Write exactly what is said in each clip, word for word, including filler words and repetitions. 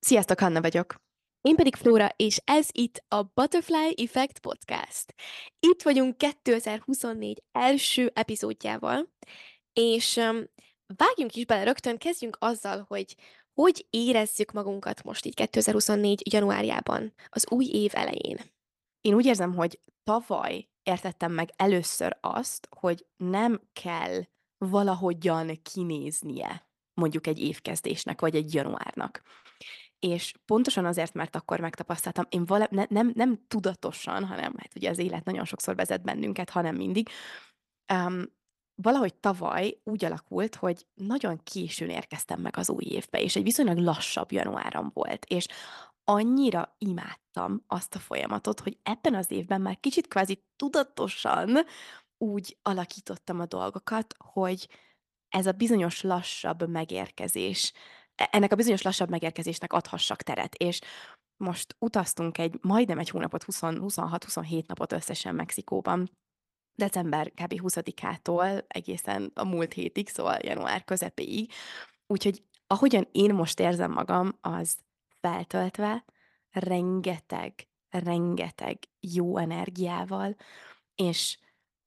Sziasztok, Hanna vagyok. Én pedig Flóra, és ez itt a Butterfly Effect Podcast. Itt vagyunk kétezer-huszonnégy első epizódjával, és um, vágjunk is bele rögtön, kezdjünk azzal, hogy hogy érezzük magunkat most így kétezer-huszonnégy. januárjában, az új év elején. Én úgy érzem, hogy tavaly értettem meg először azt, hogy nem kell valahogyan kinéznie mondjuk egy évkezdésnek, vagy egy januárnak. És pontosan azért, mert akkor megtapasztaltam, én vala, ne, nem, nem tudatosan, hanem hát ugye az élet nagyon sokszor vezet bennünket, hanem mindig, um, valahogy tavaly úgy alakult, hogy nagyon későn érkeztem meg az új évbe, és egy viszonylag lassabb januárom volt, és annyira imádtam azt a folyamatot, hogy ebben az évben már kicsit kvázi tudatosan úgy alakítottam a dolgokat, hogy ez a bizonyos lassabb megérkezés, e- ennek a bizonyos lassabb megérkezésnek adhassak teret, és most utaztunk egy majdnem egy hónapot, húsz, huszonhat huszonhét napot összesen Mexikóban, december kb. huszadikától egészen a múlt hétig, szóval január közepéig. Úgyhogy ahogyan én most érzem magam, az feltöltve, rengeteg, rengeteg jó energiával, és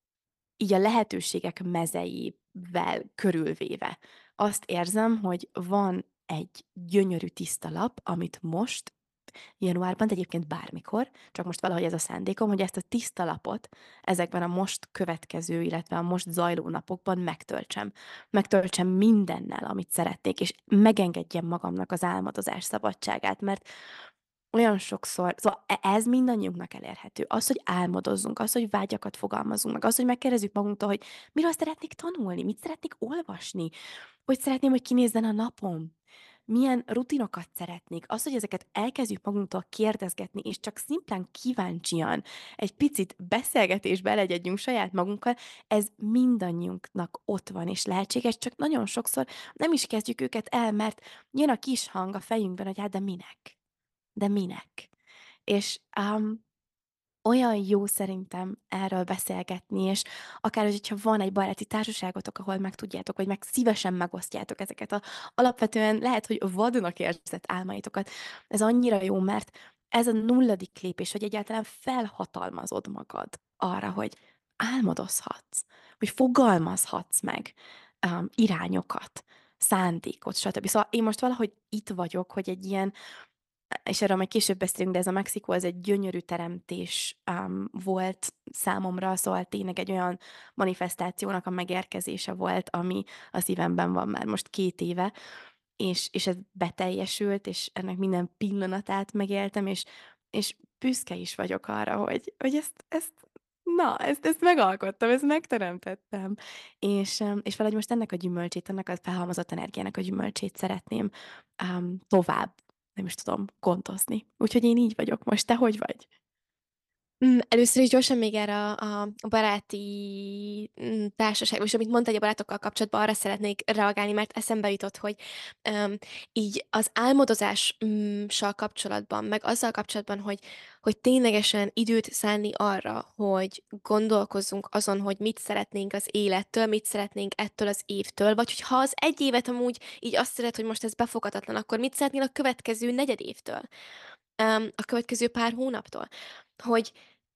így a lehetőségek mezeivel körülvéve. Azt érzem, hogy van egy gyönyörű tiszta lap, amit most januárban, de egyébként bármikor, csak most valahogy ez a szándékom, hogy ezt a tiszta lapot ezekben a most következő, illetve a most zajló napokban megtöltsem. Megtöltsem mindennel, amit szeretnék, és megengedjem magamnak az álmodozás szabadságát, mert olyan sokszor, szóval e- ez mindannyiunknak elérhető. Az, hogy álmodozzunk, az, hogy vágyakat fogalmazunk meg, az, hogy megkérdezzük magunktól, hogy miről szeretnék tanulni, mit szeretnék olvasni, hogy szeretném, hogy kinézzen a napom, milyen rutinokat szeretnék. Az, hogy ezeket elkezdjük magunktól kérdezgetni, és csak szimplán kíváncsian egy picit beszélgetésbe elegyedjünk saját magunkkal, ez mindannyiunknak ott van és lehetséges, csak nagyon sokszor nem is kezdjük őket el, mert jön a kis hang a fejünkben, hogy hát de minek? De minek? És, um, olyan jó szerintem erről beszélgetni, és akár, hogyha van egy baráti társaságotok, ahol meg tudjátok, vagy meg szívesen megosztjátok ezeket a alapvetően lehet, hogy vadnak érzett álmaitokat. Ez annyira jó, mert ez a nulladik lépés, hogy egyáltalán felhatalmazod magad arra, hogy álmodozhatsz, hogy fogalmazhatsz meg um, irányokat, szándékot, stb. Szóval én most valahogy itt vagyok, hogy egy ilyen és erről majd később beszélünk, de ez a Mexikó, ez egy gyönyörű teremtés um, volt számomra, szóval tényleg egy olyan manifestációnak a megérkezése volt, ami a szívemben van már most két éve, és, és ez beteljesült, és ennek minden pillanatát megéltem, és, és büszke is vagyok arra, hogy, hogy ezt, ezt na, ezt, ezt megalkottam, ezt megteremtettem. És, um, és valahogy most ennek a gyümölcsét, ennek a felhalmozott energiának a gyümölcsét szeretném um, tovább nem is tudom gondozni. Úgyhogy én így vagyok most. Te hogy vagy? Mm, először is gyorsan még erre a, a baráti mm, társaság, és amit mondtál a barátokkal kapcsolatban, arra szeretnék reagálni, mert eszembe jutott, hogy um, így az álmodozással kapcsolatban, meg azzal kapcsolatban, hogy, hogy ténylegesen időt szánni arra, hogy gondolkozzunk azon, hogy mit szeretnénk az élettől, mit szeretnénk ettől az évtől, vagy hogy ha az egy évet amúgy így azt szeret, hogy most ez befogadatlan, akkor mit szeretnél a következő negyed évtől, um, a következő pár hónaptól, hogy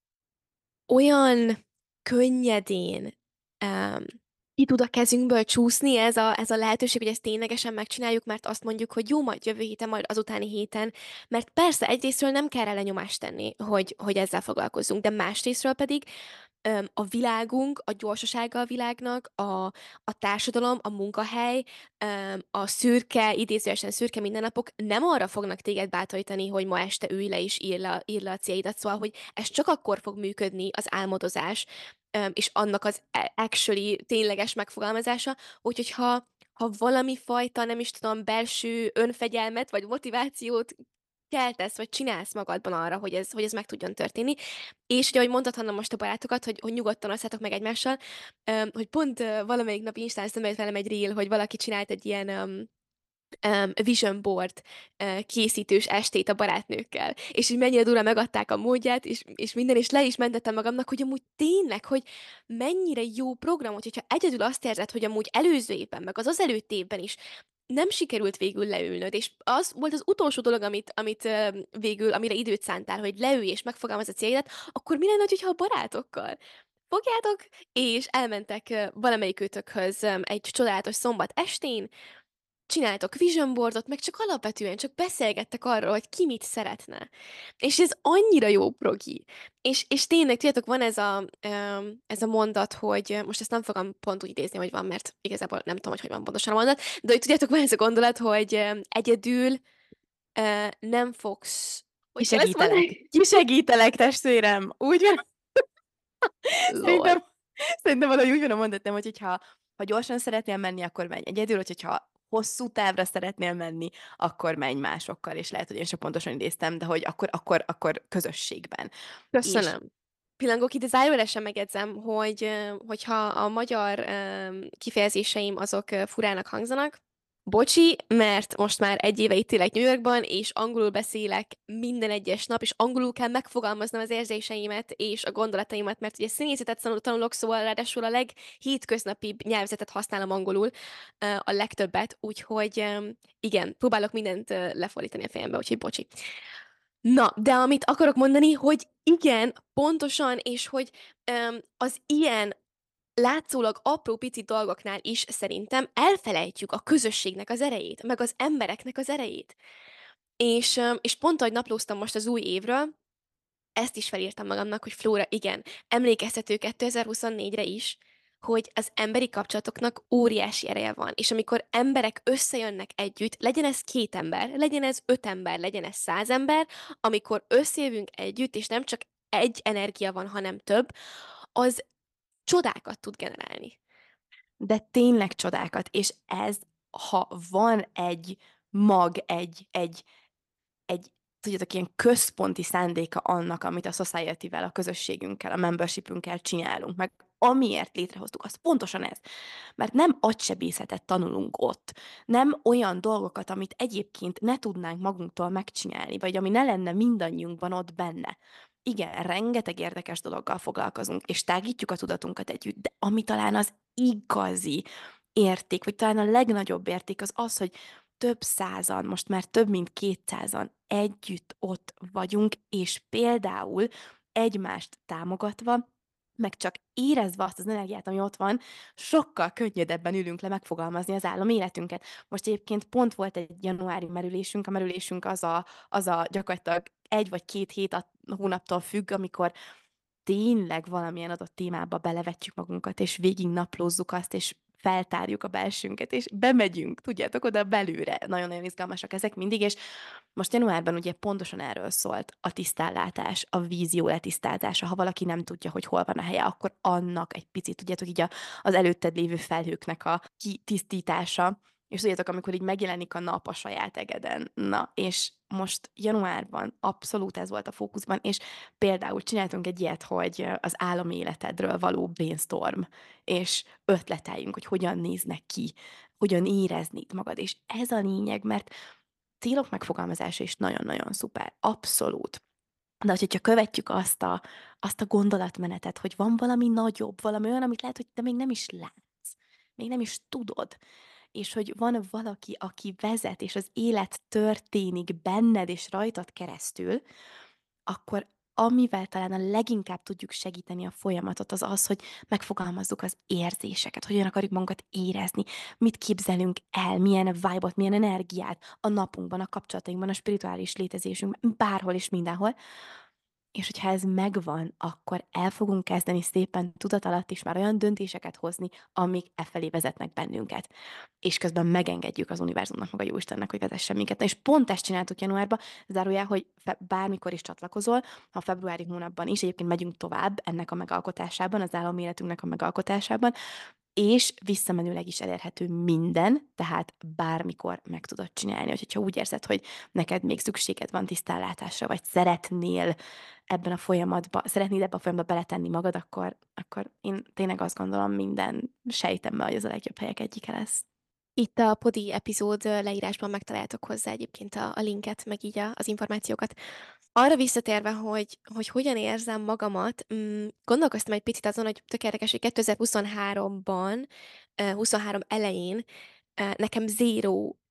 olyan könnyedén, em, ki tud a kezünkből csúszni ez a ez a lehetőség, hogy ezt ténylegesen megcsináljuk, mert azt mondjuk, hogy jó, majd jövő héten, majd azutáni héten. Mert persze egyrészről nem kell rá lenyomást tenni, hogy hogy ezzel foglalkozzunk, de másrészről pedig, öm, a világunk, a gyorsasága a világnak, a a társadalom, a munkahely, öm, a szürke, idézőjelesen szürke mindennapok nem arra fognak téged bátorítani, hogy ma este ülj le és írd le írd le a céljaidat. Szóval, hogy ez csak akkor fog működni az álmodozás, öm, és annak az a actually tényleges megfogalmazása, úgyhogy ha ha valami fajta, nem is tudom, belső önfegyelmet vagy motivációt keltesz, vagy csinálsz magadban arra, hogy ez hogy ez meg tudjon történni. És ugye, ahogy mondtad, Hanna, most a barátokat, hogy hogy nyugodtan oszthatok meg egymással, öm, hogy pont, ö, valamelyik nap Instán szembe jött velem egy reel, hogy valaki csinált egy ilyen, öm, öm, vision board, ö, készítős estét a barátnőkkel, és hogy mennyire durván megadták a módját, és és minden, és le is mentettem magamnak, hogy amúgy tényleg, hogy mennyire jó program, hogyha egyedül azt érzed, hogy amúgy előző évben, meg az azelőtti évben is nem sikerült végül leülnöd, és az volt az utolsó dolog, amit amit, ö, végül amire időt szántál, hogy leülj és megfogalmazd a céljaidat, akkor mi lenne, hogyha a barátokkal fogjátok, és elmentek, ö, valamelyikőtökhöz, öm, egy csodálatos szombat estén, csináltok vision boardot, meg csak alapvetően csak beszélgettek arról, hogy ki mit szeretne. És ez annyira jó progi. És és tényleg, tudjátok, van ez a, öm, ez a mondat, hogy most ezt nem fogom pont úgy idézni, hogy van, mert igazából nem tudom, hogy hogy van pontosan a mondat, de hogy tudjátok, van ez a gondolat, hogy, öm, egyedül, ö, nem fogsz hogy kell ezt Kisegítelek, mondani? kisegítelek testvérem, úgy van. Lol. Szerintem szerintem valahogy úgy van a mondat, nem, hogy hogyha ha gyorsan szeretnél menni, akkor menj egyedül, hogy hogyha hosszú távra szeretnél menni, akkor menj másokkal, és lehet, hogy én sem pontosan idéztem, de hogy akkor akkor akkor közösségben. És Köszönöm. Pillangók, itt zárójelesen megjegyzem, hogy, ö, hogyha a magyar, öm, kifejezéseim azok, ö, furának hangzanak, bocsi, mert most már egy éve itt élek New Yorkban, és angolul beszélek minden egyes nap, és angolul kell megfogalmaznom az érzéseimet és a gondolataimat, mert ugye színészetet tanul tanulok, szóval ráadásul a leghétköznapibb nyelvezetet használom angolul, ö, a legtöbbet, úgyhogy, öm, igen, próbálok mindent, ö, lefordítani a fejembe, úgyhogy bocsi. Na, de amit akarok mondani, hogy igen, pontosan, és hogy, öm, az ilyen látszólag apró pici dolgoknál is szerintem elfelejtjük a közösségnek az erejét, meg az embereknek az erejét. És, öm, és pont ahogy naplóztam most az új évről, ezt is felírtam magamnak, hogy Flóra, igen, emlékeztető kétezer-huszonnégyre is, hogy az emberi kapcsolatoknak óriási ereje van, és amikor emberek összejönnek együtt, legyen ez két ember, legyen ez öt ember, legyen ez száz ember, amikor összejövünk együtt, és nem csak egy energia van, hanem több, az csodákat tud generálni. De tényleg csodákat, és ez, ha van egy mag, egy egy egy tudjátok, ilyen központi szándéka annak, amit a society-vel, a közösségünkkel, a membershipünkkel csinálunk, meg amiért létrehoztuk, az pontosan ez. Mert nem agysebészetet tanulunk ott, nem olyan dolgokat, amit egyébként ne tudnánk magunktól megcsinálni, vagy ami ne lenne mindannyiunkban ott benne. Igen, rengeteg érdekes dologgal foglalkozunk, és tágítjuk a tudatunkat együtt, de ami talán az igazi érték, vagy talán a legnagyobb érték az az, hogy több százan, most már több mint kétszázan együtt ott vagyunk, és például egymást támogatva, meg csak érezve azt az energiát, ami ott van, sokkal könnyedebben ülünk le megfogalmazni az áloméletünket. Most egyébként pont volt egy januári merülésünk, a merülésünk az a az a gyakorlatilag egy vagy két hét a hónaptól függ, amikor tényleg valamilyen adott témába belevetjük magunkat, és végignaplózzuk azt, és feltárjuk a belsőnket, és bemegyünk, tudjátok, oda belülre. Nagyon-nagyon izgalmasak ezek mindig, és most januárban ugye pontosan erről szólt a tisztállátás, a vízió letisztázása. Ha valaki nem tudja, hogy hol van a helye, akkor annak egy picit, tudjátok, így a, az előtted lévő felhőknek a kitisztítása, és tudjátok, amikor így megjelenik a nap a saját egeden. Na, és most januárban abszolút ez volt a fókuszban, és például csináltunk egy ilyet, hogy az áloméletedről való brainstorm, és ötleteljünk, hogy hogyan néznek ki, hogyan éreznéd magad, és ez a lényeg, mert célok megfogalmazása is nagyon-nagyon szuper, abszolút. De hogyha követjük azt a, azt a gondolatmenetet, hogy van valami nagyobb, valami olyan, amit lehet, hogy te még nem is látsz, még nem is tudod, és hogy van valaki, aki vezet, és az élet történik benned és rajtad keresztül, akkor amivel talán a leginkább tudjuk segíteni a folyamatot, az az, hogy megfogalmazzuk az érzéseket, hogyan akarjuk magunkat érezni, mit képzelünk el, milyen vibe-ot, milyen energiát a napunkban, a kapcsolatainkban, a spirituális létezésünkben, bárhol és mindenhol. És hogyha ez megvan, akkor el fogunk kezdeni szépen tudat alatt is már olyan döntéseket hozni, amik e felé vezetnek bennünket. És közben megengedjük az univerzumnak, meg a Jóistennek, hogy vezessen minket. Na és pont ezt csináltuk januárban, zárójel, hogy fe, bármikor is csatlakozol, ha februári hónapban is, egyébként megyünk tovább ennek a megalkotásában, az áloméletünknek a megalkotásában, és visszamenőleg is elérhető minden, tehát bármikor meg tudod csinálni. Hogyha úgy érzed, hogy neked még szükséged van tisztállátásra, vagy szeretnél ebben a folyamatba, szeretnéd ebbe a folyamatba beletenni magad, akkor, akkor én tényleg azt gondolom, minden sejtemmel, hogy ez a legjobb helyek egyike lesz. Itt a podi epizód leírásban megtaláltok hozzá egyébként a, a linket, meg így a, az információkat. Arra visszatérve, hogy, hogy hogyan érzem magamat, mm, gondolkoztam egy picit azon, hogy tök érdekes, hogy kétezer-huszonháromban, eh, huszonhárom elején eh, nekem zéró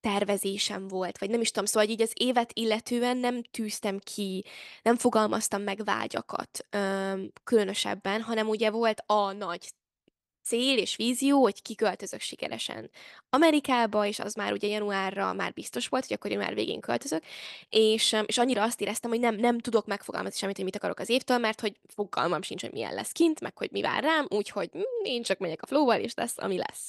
tervezésem volt, vagy nem is tudom, szóval így az évet illetően nem tűztem ki, nem fogalmaztam meg vágyakat, öm, különösebben, hanem ugye volt a nagy cél és vízió, hogy kiköltözök sikeresen Amerikába, és az már ugye januárra már biztos volt, hogy akkor január végén költözök, és, öm, és annyira azt éreztem, hogy nem nem tudok megfogalmazni semmit, hogy mit akarok az évtől, mert hogy fogalmam sincs, hogy milyen lesz kint, meg hogy mi vár rám, úgyhogy, hm, én csak megyek a flow-val, és lesz, ami lesz.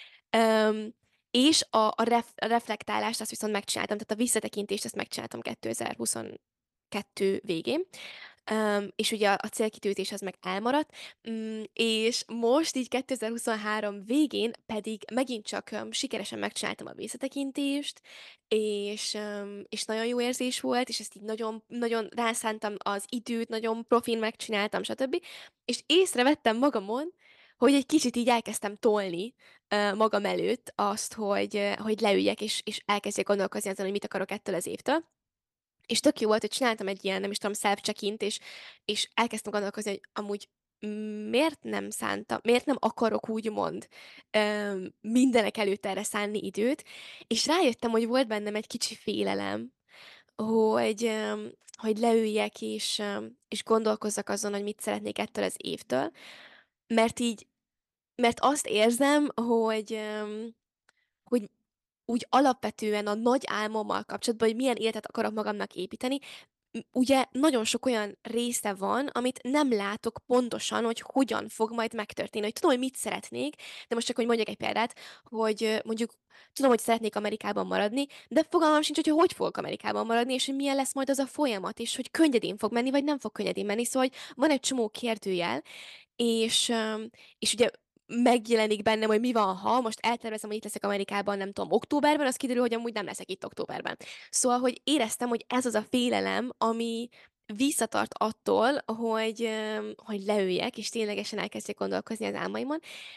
Öm, és a a ref a reflektálást azt viszont megcsináltam, tehát a visszatekintést azt megcsináltam kétezer-huszonkettő végén, öm, és ugye a a célkitűzés az meg elmaradt, hm, és most így kétezer-huszonhárom végén pedig megint csak, öm, sikeresen megcsináltam a visszatekintést, és, öm, és nagyon jó érzés volt, és ezt így nagyon nagyon rászántam az időt, nagyon profin megcsináltam, stb. És észrevettem magamon, hogy egy kicsit így elkezdtem tolni, ö, magam előtt azt, hogy, ö, hogy leüljek és és elkezdjek gondolkozni azon, hogy mit akarok ettől az évtől. És tök jó volt, hogy csináltam egy ilyen, nem is tudom, self check-int, és és elkezdtem gondolkozni, hogy amúgy miért nem szántam miért nem akarok úgymond, öm, mindenek előtt erre szánni időt, és rájöttem, hogy volt bennem egy kicsi félelem, hogy, öm, hogy leüljek és, öm, és gondolkozzak azon, hogy mit szeretnék ettől az évtől, mert így mert azt érzem, hogy, öm, hogy úgy alapvetően a nagy álmommal kapcsolatban, hogy milyen életet akarok magamnak építeni, m ugye nagyon sok olyan része van, amit nem látok pontosan, hogy hogyan fog majd megtörténni. Hogy tudom, hogy mit szeretnék, de most csak hogy mondjak egy példát, hogy ö, mondjuk tudom, hogy szeretnék Amerikában maradni, de fogalmam sincs, hogy hogy fogok Amerikában maradni, és hogy milyen lesz majd az a folyamat, és hogy könnyedén fog menni, vagy nem fog könnyedén menni. Szóval, hogy van egy csomó kérdőjel, és, öm, és ugye megjelenik bennem, hogy mi van, ha most eltervezem, hogy itt leszek Amerikában, nem tudom, októberben, az kiderül, hogy amúgy nem leszek itt októberben. Szóval, hogy éreztem, hogy ez az a félelem, ami visszatart attól, hogy, öm, hogy leüljek, és ténylegesen elkezdjek gondolkozni az álmaimon,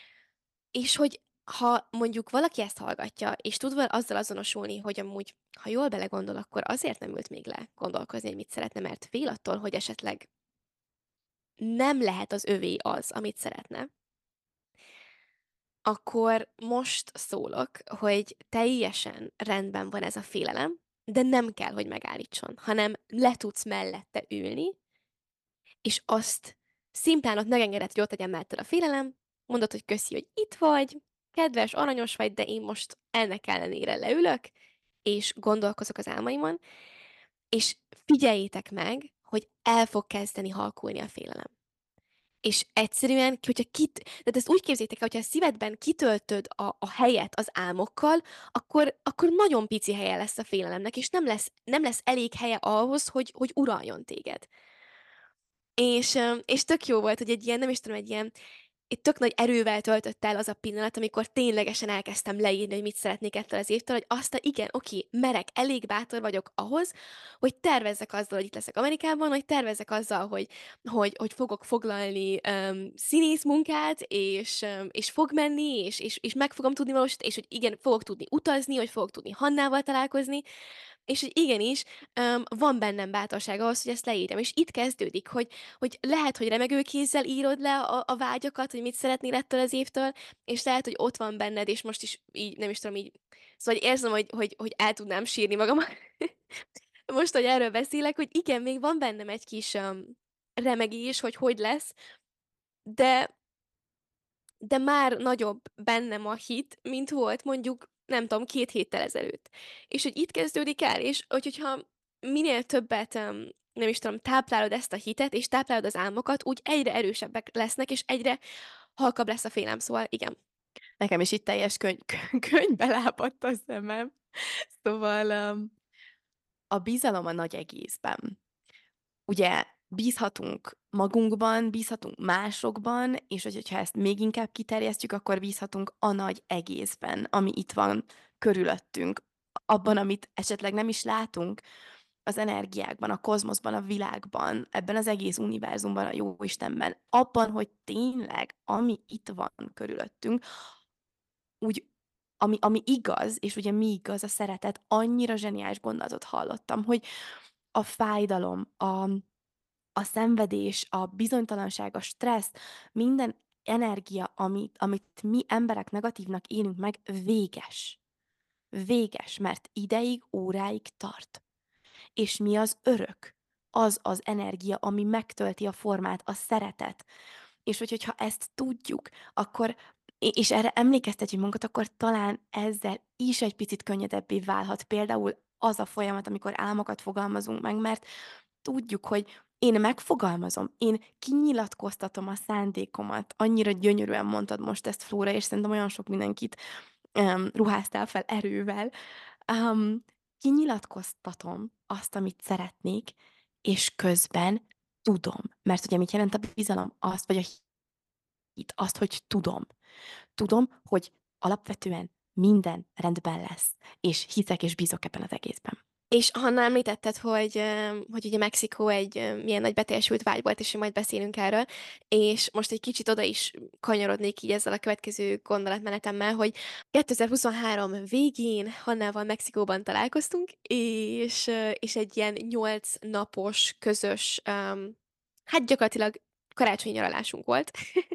és hogy ha mondjuk valaki ezt hallgatja, és tud val azzal azonosulni, hogy amúgy, ha jól belegondol, akkor azért nem ült még le gondolkozni, hogy mit szeretne, mert fél attól, hogy esetleg nem lehet az övé az, amit szeretne, akkor most szólok, hogy teljesen rendben van ez a félelem, de nem kell, hogy megállítson, hanem le tudsz mellette ülni, és azt szimplán ott megengedett, hogy ott legyen melletted a félelem, mondod, hogy köszi, hogy itt vagy, kedves, aranyos vagy, de én most ennek ellenére leülök, és gondolkozok az álmaimon, és figyeljétek meg, hogy el fog kezdeni halkulni a félelem. És egyszerűen, hogyha kit tehát ezt úgy képzeljétek el, hogyha a szívedben kitöltöd a a helyet az álmokkal, akkor akkor nagyon pici helye lesz a félelemnek, és nem lesz nem lesz elég helye ahhoz, hogy hogy uraljon téged. És, öm, és tök jó volt, hogy egy ilyen, nem is tudom, egy ilyen egy tök nagy erővel töltött el az a pillanat, amikor ténylegesen elkezdtem leírni, hogy mit szeretnék ettől az évtől, hogy azt a igen, oké, merek, elég bátor vagyok ahhoz, hogy tervezzek azzal, hogy itt leszek Amerikában, hogy tervezzek azzal, hogy hogy hogy fogok foglalni, öm, színészmunkát, és, öm, és fog menni, és és és meg fogom tudni valósítani, és hogy igen, fogok tudni utazni, hogy fogok tudni Hannával találkozni, és hogy igenis, öm, van bennem bátorság ahhoz, hogy ezt leírjam. És itt kezdődik, hogy hogy lehet, hogy remegő kézzel írod le a a vágyakat, hogy mit szeretnél ettől az évtől, és lehet, hogy ott van benned, és most is így, nem is tudom, így szóval hogy érzem, hogy hogy hogy el tudnám sírni magam. Most, hogy erről beszélek, hogy igen, még van bennem egy kis, öm, remegés, hogy hogy lesz, de de már nagyobb bennem a hit, mint volt mondjuk, nem tudom, két héttel ezelőtt. És hogy itt kezdődik el, és hogy hogyha minél többet, öm, nem is tudom, táplálod ezt a hitet, és táplálod az álmokat, úgy egyre erősebbek lesznek, és egyre halkabb lesz a félelem. Szóval igen. Nekem is itt teljes könyv kö könnybe lápadt a szemem. Szóval, öm, a bizalom a nagy egészben. Ugye bízhatunk magunkban, bízhatunk másokban, és hogy hogyha ezt még inkább kiterjesztjük, akkor bízhatunk a nagy egészben, ami itt van körülöttünk. Abban, amit esetleg nem is látunk, az energiákban, a kozmoszban, a világban, ebben az egész univerzumban, a Jóistenben, abban, hogy tényleg, ami itt van körülöttünk, úgy ami ami igaz, és ugye mi igaz, a szeretet, annyira zseniális gondolatot hallottam, hogy a fájdalom, a a szenvedés, a bizonytalanság, a stressz, minden energia, amit amit mi emberek negatívnak élünk meg, véges. véges, mert ideig, óráig tart. És mi az örök? Az az energia, ami megtölti a formát, a szeretet. És hogy hogyha ezt tudjuk, akkor é és erre emlékeztetjük magunkat, akkor talán ezzel is egy picit könnyedebbé válhat például az a folyamat, amikor álmokat fogalmazunk meg, mert tudjuk, hogy én megfogalmazom, én kinyilatkoztatom a szándékomat. Annyira gyönyörűen mondtad most ezt, Flóra, és szerintem olyan sok mindenkit, öm, ruháztál fel erővel. Öm, kinyilatkoztatom azt, amit szeretnék, és közben tudom. Mert ugye mit jelent a bizalom? Azt, vagy a hit, azt, hogy tudom. Tudom, hogy alapvetően minden rendben lesz, és hiszek és bízok ebben az egészben. És Hanna, említetted, hogy, ö, hogy ugye Mexikó egy ö, milyen nagy beteljesült vágy volt, és hogy majd beszélünk erről, és most egy kicsit oda is kanyarodnék így ezzel a következő gondolatmenetemmel, hogy kétezer-huszonhárom végén Hannával Mexikóban találkoztunk, és, ö, és egy ilyen nyolc napos közös, öm, hát gyakorlatilag karácsonyi nyaralásunk volt.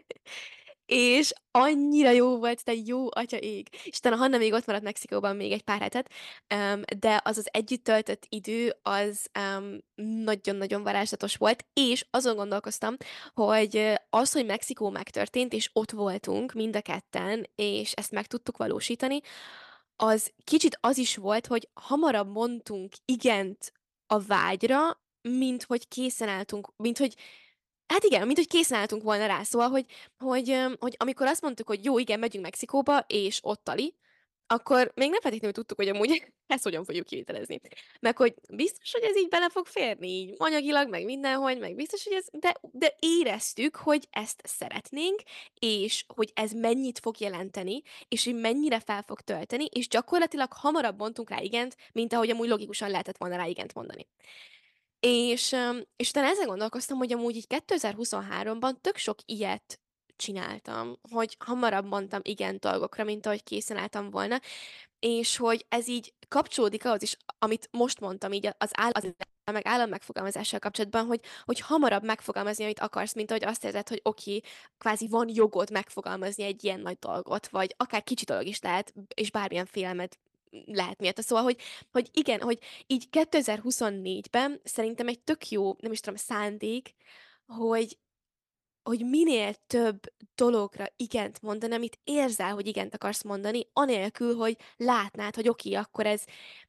És annyira jó volt, te jó atya ég! És utána Hanna még ott maradt Mexikóban még egy pár hetet, öm, de az az együtt töltött idő az, öm, nagyon-nagyon varázslatos volt, és azon gondolkoztam, hogy ö, az, hogy Mexikó megtörtént, és ott voltunk mind a ketten, és ezt meg tudtuk valósítani, az kicsit az is volt, hogy hamarabb mondtunk igent a vágyra, mint hogy készen álltunk, mint hogy hát igen, mint hogy készen álltunk volna rá. Szóval, hogy hogy, öm, hogy amikor azt mondtuk, hogy jó, igen, megyünk Mexikóba, és ott Tali, akkor még nem feltétlenül tudtuk, hogy amúgy ezt hogyan fogjuk kivitelezni. Meg hogy biztos, hogy ez így bele fog férni, így anyagilag, meg mindenhogy, meg biztos, hogy ez de de éreztük, hogy ezt szeretnénk, és hogy ez mennyit fog jelenteni, és hogy mennyire fel fog tölteni, és gyakorlatilag hamarabb mondtunk rá igent, mint ahogy amúgy logikusan lehetett volna rá igent mondani. És, öm, és utána ezen gondolkoztam, hogy amúgy így kétezer-huszonháromban tök sok ilyet csináltam, hogy hamarabb mondtam igent dolgokra, mint ahogy készen álltam volna, és hogy ez így kapcsolódik ahhoz is, amit most mondtam így az áll az meg állam megfogalmazással kapcsolatban, hogy hogy hamarabb megfogalmazni, amit akarsz, mint ahogy azt érzed, hogy oké, kvázi van jogod megfogalmazni egy ilyen nagy dolgot, vagy akár kicsi dolog is lehet, és bármilyen félelmed lehet miatta. Szóval, hogy hogy igen, hogy így kétezer-huszonnégyben szerintem egy tök jó, nem is tudom, szándék, hogy hogy minél több dologra igent mondani, amit érzel, hogy igent akarsz mondani, anélkül, hogy látnád, hogy oké, akkor ez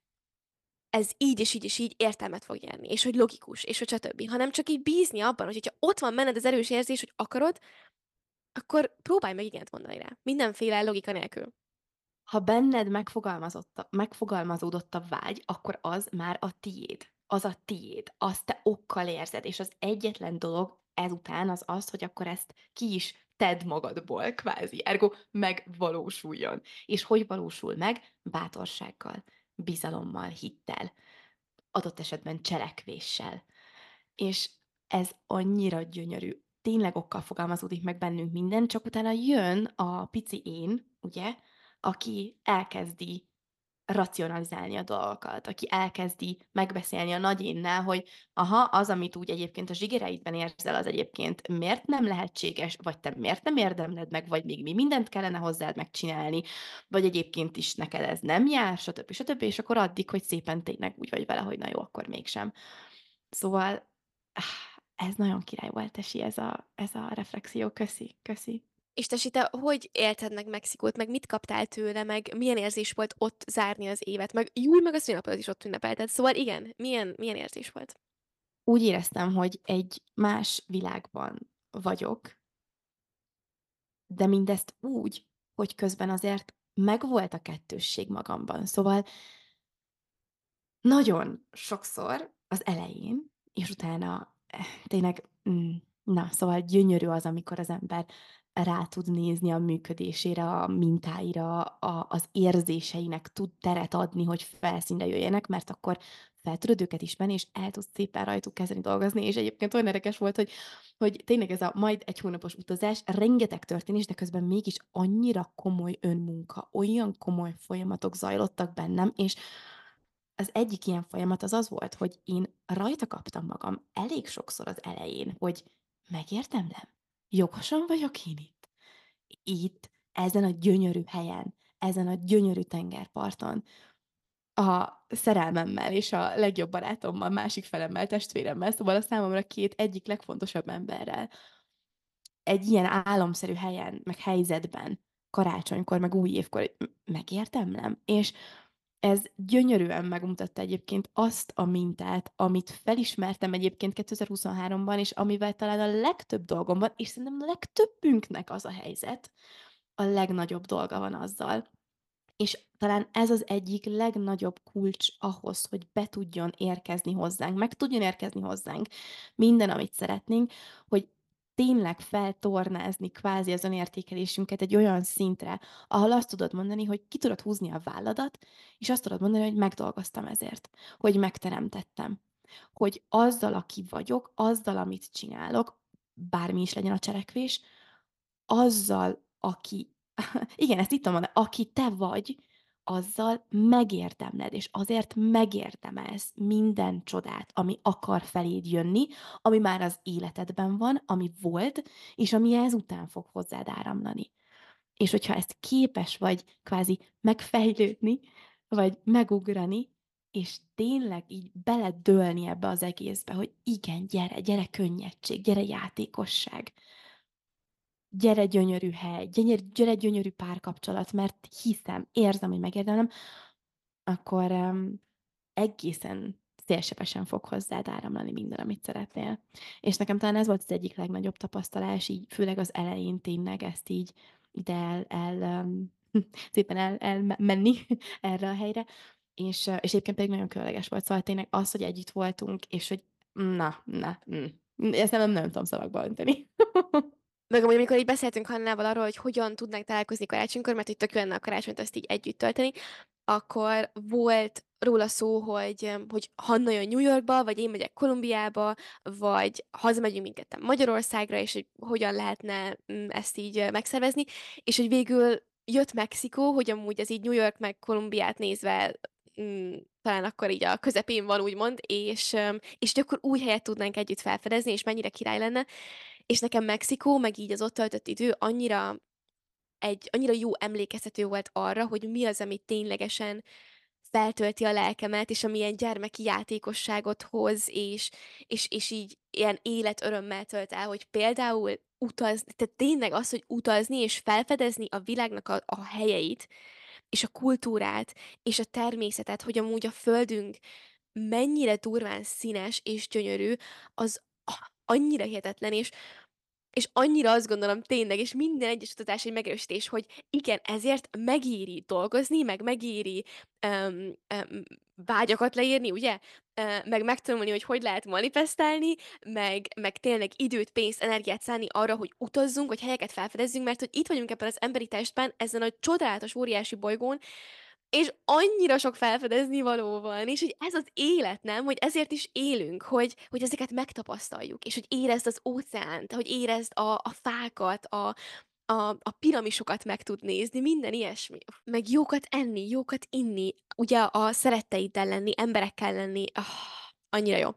ez így és így és így értelmet fog nyerni, és hogy logikus, és hogy stb. Hanem csak így bízni abban, hogy hogyha ott van benned az erős érzés, hogy akarod, akkor próbálj meg igent mondani rá. Mindenféle logika nélkül. Ha benned megfogalmazott a megfogalmazódott a vágy, akkor az már a tiéd. Az a tiéd. Azt te okkal érzed, és az egyetlen dolog ezután az az, hogy akkor ezt ki is tedd magadból kvázi, ergo megvalósuljon. És hogy valósul meg? Bátorsággal, bizalommal, hittel, adott esetben cselekvéssel. És ez annyira gyönyörű. Tényleg okkal fogalmazódik meg bennünk minden, csak utána jön a pici én, ugye, aki elkezdi racionalizálni a dolgokat, aki elkezdi megbeszélni a nagy énnel, hogy aha, az, amit úgy egyébként a zsigereidben érzel, az egyébként miért nem lehetséges, vagy te miért nem érdemled meg, vagy még mi mindent kellene hozzád megcsinálni, vagy egyébként is neked ez nem jár, stb. stb. És akkor addig, hogy szépen tényleg úgy vagy vele, hogy na jó, akkor mégsem. Szóval ez nagyon király volt, Esi, ez a ez a reflexió. Köszi, köszi. És Tesi, te hogy élted meg Mexikót, meg mit kaptál tőle, meg milyen érzés volt ott zárni az évet, meg Júj, meg a szülinapodat is ott ünnepelted. Szóval igen, milyen, milyen érzés volt? Úgy éreztem, hogy egy más világban vagyok, de mindezt úgy, hogy közben azért megvolt a kettősség magamban. Szóval nagyon sokszor az elején, és utána eh, tényleg, mm, na, szóval gyönyörű az, amikor az ember rá tud nézni a működésére, a mintáira, a, az érzéseinek tud teret adni, hogy felszínre jöjjenek, mert akkor fel tudod őket ismerni, és el tudsz szépen rajtuk kezdeni dolgozni, és egyébként olyan érdekes volt, hogy, hogy tényleg ez a majd egy hónapos utazás, rengeteg történés, de közben mégis annyira komoly önmunka, olyan komoly folyamatok zajlottak bennem, és az egyik ilyen folyamat az az volt, hogy én rajta kaptam magam elég sokszor az elején, hogy megérdemlem? Jogosan vagyok én itt? Itt, ezen a gyönyörű helyen, ezen a gyönyörű tengerparton, a szerelmemmel és a legjobb barátommal, másik felemmel, testvéremmel, szóval a számomra két egyik legfontosabb emberrel. Egy ilyen álomszerű helyen, meg helyzetben, karácsonykor, meg új évkor, m megérdemlem? És ez gyönyörűen megmutatta egyébként azt a mintát, amit felismertem egyébként kétezer-huszonháromban, és amivel talán a legtöbb dolgom van, és szerintem a legtöbbünknek az a helyzet, a legnagyobb dolga van azzal. És talán ez az egyik legnagyobb kulcs ahhoz, hogy be tudjon érkezni hozzánk, meg tudjon érkezni hozzánk minden, amit szeretnénk, hogy tényleg feltornázni kvázi az önértékelésünket egy olyan szintre, ahol azt tudod mondani, hogy ki tudod húzni a válladat, és azt tudod mondani, hogy megdolgoztam ezért, hogy megteremtettem, hogy azzal, aki vagyok, azzal, amit csinálok, bármi is legyen a cselekvés, azzal, aki igen, ezt itt tudom mondani, aki te vagy, azzal megérdemled, és azért megérdemelsz minden csodát, ami akar feléd jönni, ami már az életedben van, ami volt, és ami ezután fog hozzád áramlani. És hogyha ezt képes vagy kvázi megfejlődni, vagy megugrani, és tényleg így beledőlni ebbe az egészbe, hogy igen, gyere, gyere könnyedség, gyere játékosság, gyere gyönyörű hely, gyere, gyere gyönyörű párkapcsolat, mert hiszem, érzem, hogy megérdemlem, akkor um, egészen szélsebesen fog hozzád áramlani minden, amit szeretnél. És nekem talán ez volt az egyik legnagyobb tapasztalás, így főleg az elején tényleg ezt így ide el, el um, szépen el, elmenni erre a helyre, és, uh, és egyébként pedig nagyon különleges volt, szóval tényleg az, hogy együtt voltunk, és hogy na, na, mm. Ezt nem, nem tudom szavakba önteni. Meg amúgy, amikor így beszéltünk Hannával arról, hogy hogyan tudnánk találkozni karácsonykor, mert itt tök jó lenne a karácsonyt azt így együtt tölteni, akkor volt róla szó, hogy, em, hogy Hanna jön New Yorkba, vagy én megyek Kolumbiába, vagy hazamegyünk mindketten Magyarországra, és hogy hogyan lehetne mm, ezt így eh, megszervezni, és hogy végül jött Mexikó, hogy amúgy ez így New York meg Kolumbiát nézve mm, talán akkor így a közepén van, úgymond, és, em, és hogy akkor új helyet tudnánk együtt felfedezni, és mennyire király lenne. És nekem Mexikó, meg így az ott töltött idő annyira egy annyira jó emlékeztető volt arra, hogy mi az, ami ténylegesen feltölti a lelkemet, és ami ilyen gyermeki játékosságot hoz, és és és így ilyen életörömmel tölt el, hogy például utazni, tehát tényleg az, hogy utazni és felfedezni a világnak a a helyeit, és a kultúrát, és a természetet, hogy amúgy a földünk mennyire durván színes és gyönyörű, az a annyira hihetetlen, és és annyira azt gondolom tényleg, és minden egyes utazás egy megerősítés, hogy igen, ezért megéri dolgozni, meg megéri, öm, öm, vágyakat leírni, ugye? Ö, meg megtanulni, hogy hogy lehet manifestálni, meg meg tényleg időt, pénzt, energiát szánni arra, hogy utazzunk, hogy helyeket felfedezzünk, mert hogy itt vagyunk ebben az emberi testben, ezen a csodálatos, óriási bolygón, és annyira sok felfedezni való van, és hogy ez az élet, nem? Hogy ezért is élünk, hogy hogy ezeket megtapasztaljuk, és hogy érezd az óceánt, hogy érezd a a fákat, a a a piramisokat meg tud nézni, minden ilyesmi. Meg jókat enni, jókat inni, ugye a szeretteiddel lenni, emberekkel lenni, ah, annyira jó.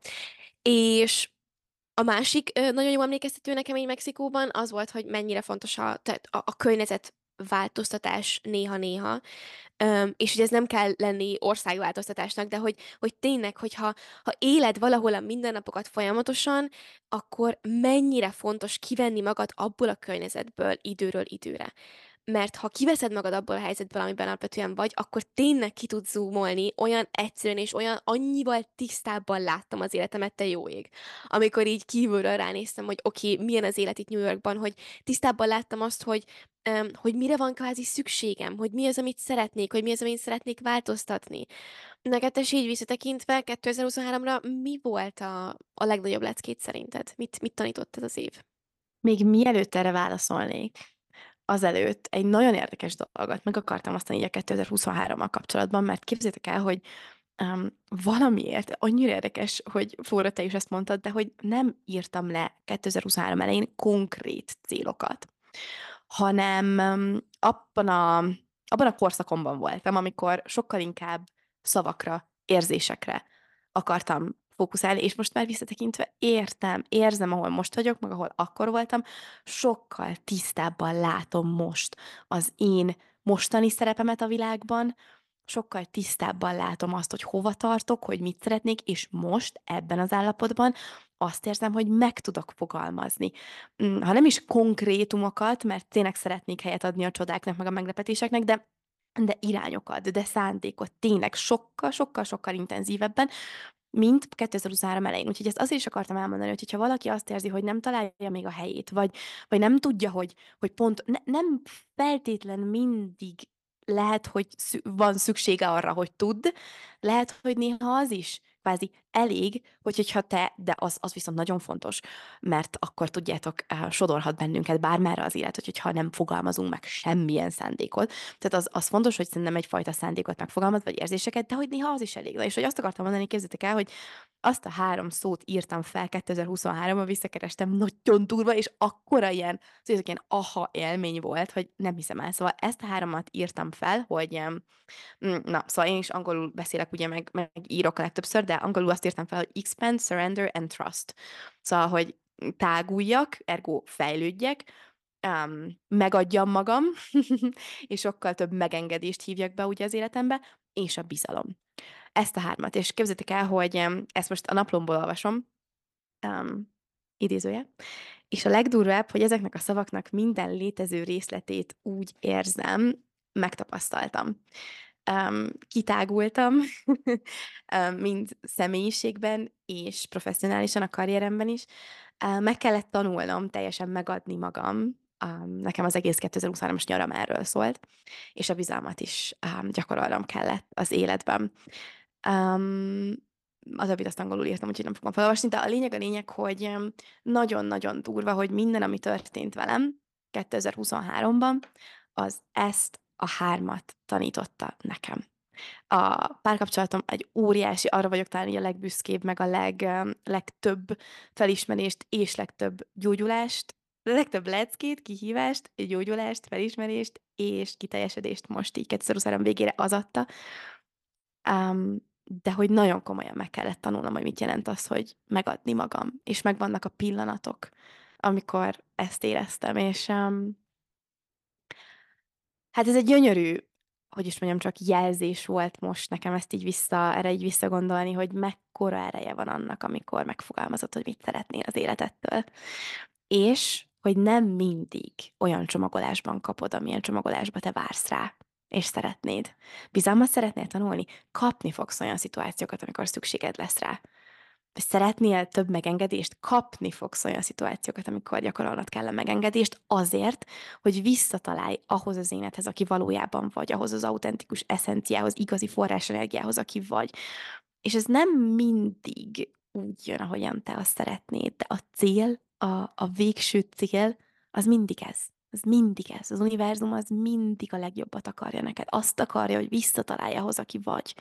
És a másik, ö, nagyon jó emlékeztető nekem így Mexikóban az volt, hogy mennyire fontos a tehát a a környezetváltoztatás néha-néha. Öm, és hogy ez nem kell lenni országváltoztatásnak, de hogy hogy tényleg, hogyha ha éled valahol a mindennapokat folyamatosan, akkor mennyire fontos kivenni magad abból a környezetből időről időre. Mert ha kiveszed magad abból a helyzetből, amiben alapvetően vagy, akkor tényleg ki tudsz zoomolni olyan egyszerűen és olyan annyival tisztábban láttam az életemet, te jó ég. Amikor így kívülről ránéztem, hogy oké, okay, milyen az élet itt New Yorkban, hogy tisztábban láttam azt, hogy Öm, hogy mire van kvázi szükségem, hogy mi az, amit szeretnék, hogy mi az, amit szeretnék változtatni. Neked te így visszatekintve kétezer-huszonháromra mi volt a a legnagyobb leckét szerinted? Mit mit tanított ez az év? Még mielőtt erre válaszolnék, azelőtt egy nagyon érdekes dolgot meg akartam osztani így a kétezer-huszonhárommal kapcsolatban, mert képzeljétek el, hogy um, valamiért annyira érdekes, hogy Flóra, te is ezt mondtad, de hogy nem írtam le kétezer-huszonhárom elején konkrét célokat, hanem um, abban a, abban a korszakomban voltam, amikor sokkal inkább szavakra, érzésekre akartam fókuszálni, és most már visszatekintve értem, érzem, ahol most vagyok, meg ahol akkor voltam, sokkal tisztábban látom most az én mostani szerepemet a világban, sokkal tisztábban látom azt, hogy hova tartok, hogy mit szeretnék, és most ebben az állapotban azt érzem, hogy meg tudok fogalmazni. Hm, ha nem is konkrétumokat, mert tényleg szeretnék helyet adni a csodáknak, meg a meglepetéseknek, de de irányokat, de szándékot tényleg sokkal, sokkal, sokkal intenzívebben, mint kétezer-huszonhárom elején. Úgyhogy ezt azért is akartam elmondani, hogy ha valaki azt érzi, hogy nem találja még a helyét, vagy vagy nem tudja, hogy hogy pont ne nem feltétlen mindig lehet, hogy szü van szüksége arra, hogy tudd, lehet, hogy néha az is kvázi elég, hogy hogyha te de az az viszont nagyon fontos, mert akkor tudjátok, eh, sodorhat bennünket bármerre az élet, hogy hogyha nem fogalmazunk meg semmilyen szándékot. Tehát az az fontos, hogy szerintem egyfajta szándékot megfogalmaz, vagy érzéseket, de hogy néha az is elég. Na és hogy azt akartam mondani, képzeljétek el, hogy azt a három szót írtam fel kétezer-huszonháromban, visszakerestem, nagyon durva, és akkora ilyen, szóval ezek ilyen aha élmény volt, hogy nem hiszem el. Szóval ezt a háromat írtam fel, hogy em, mm, na, szóval én is angolul beszélek, ugye, meg, meg írok a legtöbbször, de angolul azt írtam fel, hogy expand, surrender and trust. Szóval, hogy táguljak, ergo fejlődjek, um, megadjam magam, és sokkal több megengedést hívjak be ugye az életembe, és a bizalom. Ezt a hármat. És képzeljétek el, hogy em, ezt most a naplomból olvasom, um, idézője, és a legdurvább, hogy ezeknek a szavaknak minden létező részletét úgy érzem, megtapasztaltam. Um, kitágultam, um, mind személyiségben és professzionálisan a karrieremben is. Uh, meg kellett tanulnom teljesen megadni magam. Um, nekem az egész kétezer-huszonhármas nyaram erről szólt, és a bizalmat is um, gyakorolnom kellett az életben. Um, az többit azt angolul írtam, úgyhogy nem fogom felolvasni, de a lényeg a lényeg, hogy em, nagyon-nagyon durva, hogy minden, ami történt velem kétezer-huszonháromban, az ezt a hármat tanította nekem. A párkapcsolatom egy óriási, arra vagyok talán így a legbüszkébb, meg a leg, em, legtöbb felismerést és legtöbb gyógyulást, legtöbb leckét, kihívást, gyógyulást, felismerést és kiteljesedést most így kétezer-huszonhárom végére az adta. Um, de hogy nagyon komolyan meg kellett tanulnom, hogy mit jelent az, hogy megadni magam, és megvannak a pillanatok, amikor ezt éreztem, és um, hát ez egy gyönyörű, hogy is mondjam, csak jelzés volt most nekem ezt így vissza, erre így visszagondolni, hogy mekkora ereje van annak, amikor megfogalmazod, hogy mit szeretnél az életettől. És hogy nem mindig olyan csomagolásban kapod, amilyen csomagolásba te vársz rá, és szeretnéd. Bizalmat szeretnél tanulni? Kapni fogsz olyan szituációkat, amikor szükséged lesz rá. Vagy szeretnél több megengedést? Kapni fogsz olyan szituációkat, amikor gyakorolnod kell a megengedést azért, hogy visszatalálj ahhoz az énedhez, aki valójában vagy, ahhoz az autentikus eszenciához, igazi forrásenergiához, aki vagy. És ez nem mindig úgy jön, ahogyan te azt szeretnéd, de a cél, a, a végső cél, az mindig ez. Az mindig ez. Az univerzum az mindig a legjobbat akarja neked. Azt akarja, hogy visszatalálj ahhoz, aki vagy.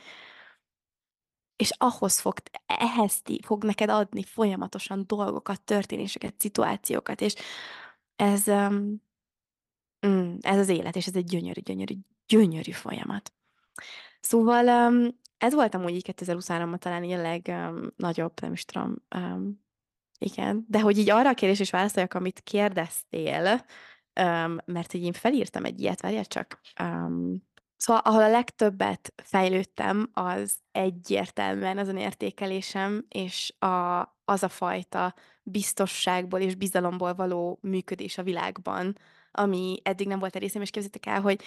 És ahhoz fog, ehhez ti- fog neked adni folyamatosan dolgokat, történéseket, szituációkat, és ez, um, mm, ez az élet, és ez egy gyönyörű, gyönyörű, gyönyörű folyamat. Szóval um, ez volt amúgy így kétezer-huszonháromban talán így a legnagyobb, nem is tudom, um, igen, de hogy így arra a kérdésre is válaszoljak, amit kérdeztél, um, mert így én felírtam egy ilyet, várjál csak. Um, szóval, ahol a legtöbbet fejlődtem, az egyértelműen az önértékelésem, és a, az a fajta biztosságból és bizalomból való működés a világban, ami eddig nem volt a részem, és képzeljétek el, hogy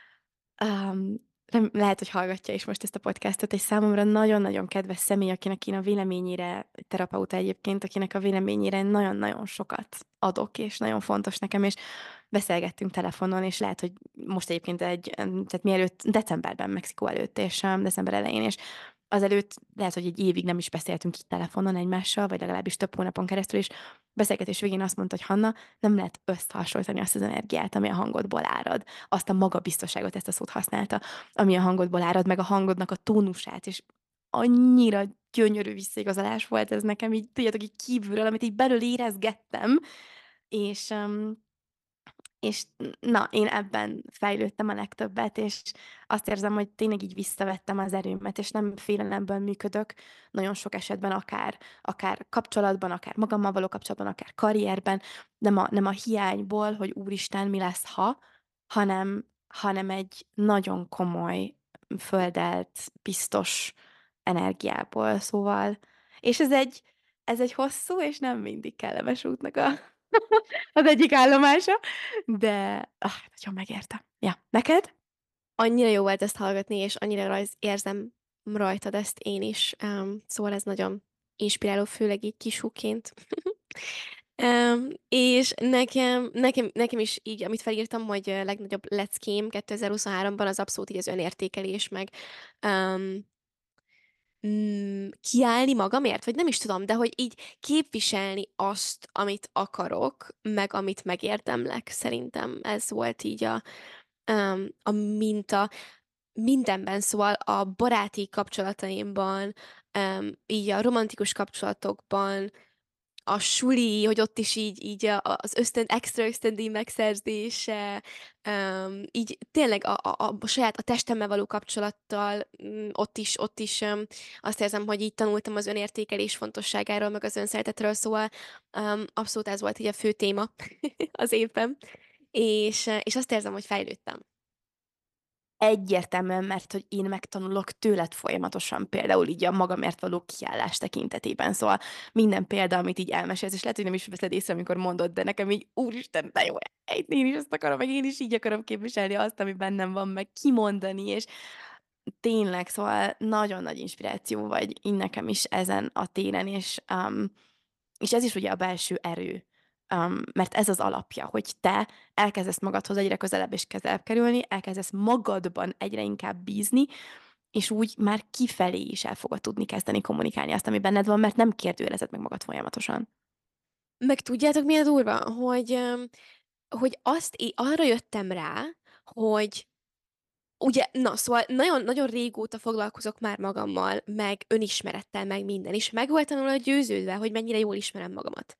Um, nem lehet, hogy hallgatja is most ezt a podcastot, egy számomra nagyon-nagyon kedves személy, akinek én a véleményére, terapeuta egyébként, akinek a véleményére nagyon-nagyon sokat adok, és nagyon fontos nekem, és beszélgettünk telefonon, és lehet, hogy most egyébként egy, em, tehát mielőtt, decemberben, Mexikó előtt, és em, december elején, és azelőtt lehet, hogy egy évig nem is beszéltünk így telefonon egymással, vagy legalábbis több hónapon keresztül, és beszélgetés végén azt mondta, hogy Hanna, nem lehet összehasonlítani azt az energiát, ami a hangodból árad, azt a magabiztosságot, ezt a szót használta, ami a hangodból árad, meg a hangodnak a tónusát, és annyira gyönyörű visszaigazolás volt ez nekem, így tudjátok, így kívülről, amit így belül érezgettem, és, um, és na, én ebben fejlődtem a legtöbbet, és azt érzem, hogy tényleg így visszavettem az erőmet, és nem félelemből működök, nagyon sok esetben akár, akár kapcsolatban, akár magammal való kapcsolatban, akár karrierben, nem a, nem a hiányból, hogy úristen, mi lesz, ha, hanem, hanem egy nagyon komoly, földelt, biztos energiából. Szóval és ez egy ez egy hosszú és nem mindig kellemes útnak a az egyik állomása, de, ah, nagyon megérte. Ja, neked? Annyira jó volt ezt hallgatni, és annyira rajz érzem rajtad ezt én is. Öm, szóval ez nagyon inspiráló, főleg így kisúként. Öm, és nekem nekem nekem is így, amit felírtam, hogy ö, legnagyobb leckém kétezer-huszonháromban az abszolút így az önértékelés, meg, öm, hm, kiállni magamért, vagy nem is tudom, de hogy így képviselni azt, amit akarok, meg amit megérdemlek. Szerintem ez volt így a, öm, a minta. Mindenben, szóval a baráti kapcsolataimban, öm, így a romantikus kapcsolatokban, a suli, hogy ott is így így a a az ösztön extra ösztöndíj megszerzése, öm, így tényleg a a a saját a testemmel való kapcsolattal, hm, ott is ott is, öm, azt érzem, hogy így tanultam az önértékelés fontosságáról, meg az önszeretetről, szóval, öm, abszolút ez volt így a fő téma az évben, és és azt érzem, hogy fejlődtem. Egyértelműen, mert hogy én megtanulok tőled folyamatosan, például így a magamért való kiállás tekintetében. Szóval minden példa, amit így elmesélsz, és lehet, hogy nem is veszed észre, amikor mondod, de nekem így, úristen, de jó, én is ezt akarom, meg én is így akarom képviselni azt, ami bennem van, meg kimondani, és tényleg, szóval nagyon nagy inspiráció vagy így nekem is ezen a téren, és, um, és ez is ugye a belső erő, um, mert ez az alapja, hogy te elkezdesz magadhoz egyre közelebb és közelebb kerülni, elkezdesz magadban egyre inkább bízni, és úgy már kifelé is el fogod tudni kezdeni kommunikálni azt, ami benned van, mert nem kérdőjelezed meg magad folyamatosan. Meg tudjátok, mi a durva? Hogy, öm, hogy azt é arra jöttem rá, hogy ugye na, szóval nagyon nagyon régóta foglalkozok már magammal, meg önismerettel, meg minden, és meg voltam róla győződve, hogy mennyire jól ismerem magamat.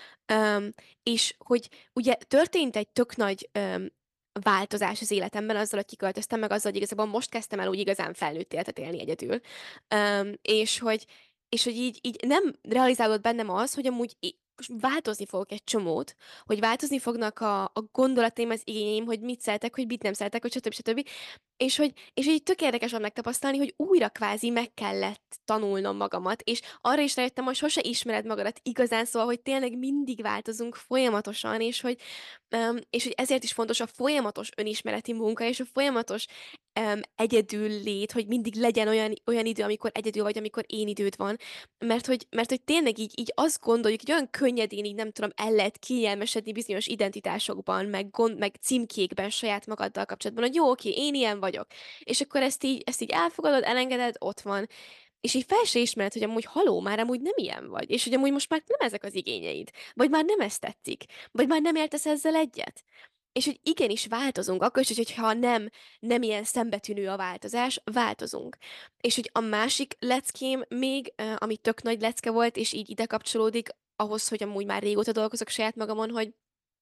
Öm, és hogy ugye történt egy tök nagy, öm, változás az életemben azzal, hogy kiköltöztem, meg azzal, hogy igazából most kezdtem el úgy igazán felnőtt életet élni egyedül. Öm, és hogy és hogy így így nem realizálódott bennem az, hogy amúgy i változni fogok egy csomót, hogy változni fognak a a gondolataim, az igényeim, hogy mit szeretek, hogy mit nem szeretek, hogy stb. Stb. És hogy és így tök érdekes volt megtapasztalni, hogy újra kvázi meg kellett tanulnom magamat, és arra is rájöttem, hogy sose ismered magadat igazán, szóval, hogy tényleg mindig változunk folyamatosan, és hogy, öm, és hogy ezért is fontos a folyamatos önismereti munka, és a folyamatos, öm, egyedüllét, hogy mindig legyen olyan olyan idő, amikor egyedül vagy, amikor én időd van. Mert hogy mert hogy tényleg így így azt gondoljuk, hogy olyan könnyedén így nem tudom, el lehet kényelmesedni bizonyos identitásokban, meg gond meg címkékben saját magaddal kapcsolatban, hogy jó, oké, én ilyen vagyok. És akkor ezt így ezt így elfogadod, elengeded, ott van. És így fel se ismered, hogy amúgy haló, már amúgy nem ilyen vagy, és hogy amúgy most már nem ezek az igényeid, vagy már nem ezt tetszik, vagy már nem értesz ezzel egyet. És hogy igenis változunk, akkor is, hogyha nem nem ilyen szembetűnő a változás, változunk. És hogy a másik leckém még, ö, ami tök nagy lecke volt, és így ide kapcsolódik ahhoz, hogy amúgy már régóta dolgozok saját magamon, hogy,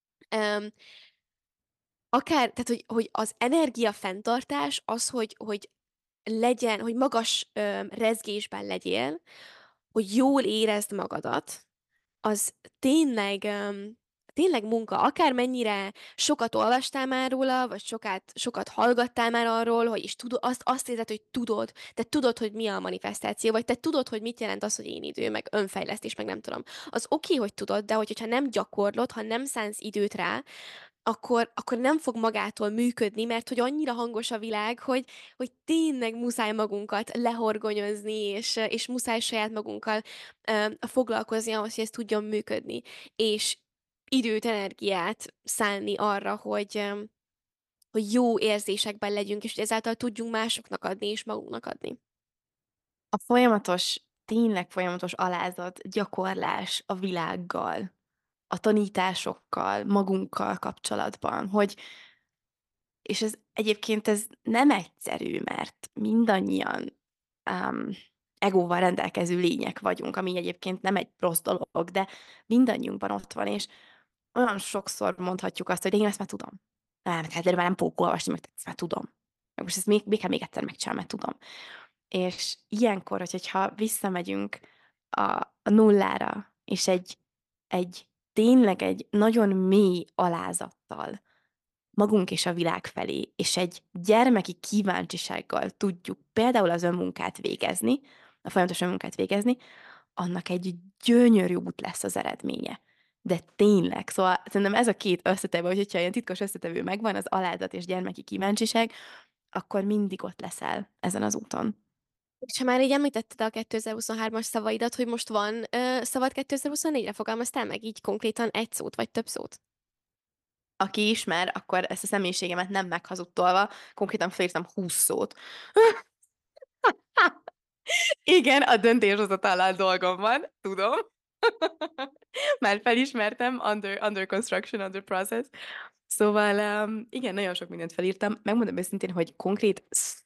öm, akár tehát, hogy hogy az energiafenntartás, az, hogy hogy legyen, hogy magas, ö, rezgésben legyél, hogy jól érezd magadat, az tényleg, öm, tényleg munka. Akármennyire sokat olvastál már róla, vagy sokat sokat hallgattál már arról, hogy és tudo azt azt érzed, hogy tudod, te tudod, hogy mi a manifestáció, vagy te tudod, hogy mit jelent az, hogy én idő, meg önfejlesztés, meg nem tudom. Az oké, hogy tudod, de hogy hogyha nem gyakorlod, ha nem szánsz időt rá, akkor akkor nem fog magától működni, mert hogy annyira hangos a világ, hogy hogy tényleg muszáj magunkat lehorgonyozni, és és muszáj saját magunkkal, ö, foglalkozni ahhoz, hogy ez tudjon működni. És időt, energiát szánni arra, hogy, öm, hogy jó érzésekben legyünk, és hogy ezáltal tudjunk másoknak adni, és magunknak adni. A folyamatos, tényleg folyamatos alázat, gyakorlás a világgal, a tanításokkal, magunkkal kapcsolatban, hogy és ez egyébként ez nem egyszerű, mert mindannyian, um, egóval rendelkező lények vagyunk, ami egyébként nem egy rossz dolog, de mindannyiunkban ott van, és olyan sokszor mondhatjuk azt, hogy de én ezt már tudom. Nem, hát erről már nem fogok olvasni, meg ezt már tudom. Meg most ezt még, még kell még egyszer megcsinálni, mert tudom. És ilyenkor, hogyha visszamegyünk a, a nullára, és egy, egy tényleg egy nagyon mély alázattal magunk és a világ felé, és egy gyermeki kíváncsisággal tudjuk például az önmunkát végezni, a folyamatos önmunkát végezni, annak egy gyönyörű út lesz az eredménye. De tényleg, szóval szerintem ez a két összetevő, hogy hogyha ilyen titkos összetevő megvan, az alázat és gyermeki kíváncsiság, akkor mindig ott leszel ezen az úton. És ha már így említetted a kétezer-huszonhármas szavaidat, hogy most van, ö, szavad kétezer-huszonnégyre? Fogalmaztál meg így konkrétan egy szót vagy több szót? Aki ismer, akkor ezt a személyiségemet nem meghazudtolva, konkrétan felírtam húsz szót. Igen, a döntéshozatallal dolgom van, tudom. Már felismertem, under, under construction, under process. Szóval, um, igen, nagyon sok mindent felírtam. Megmondom őszintén, hogy konkrét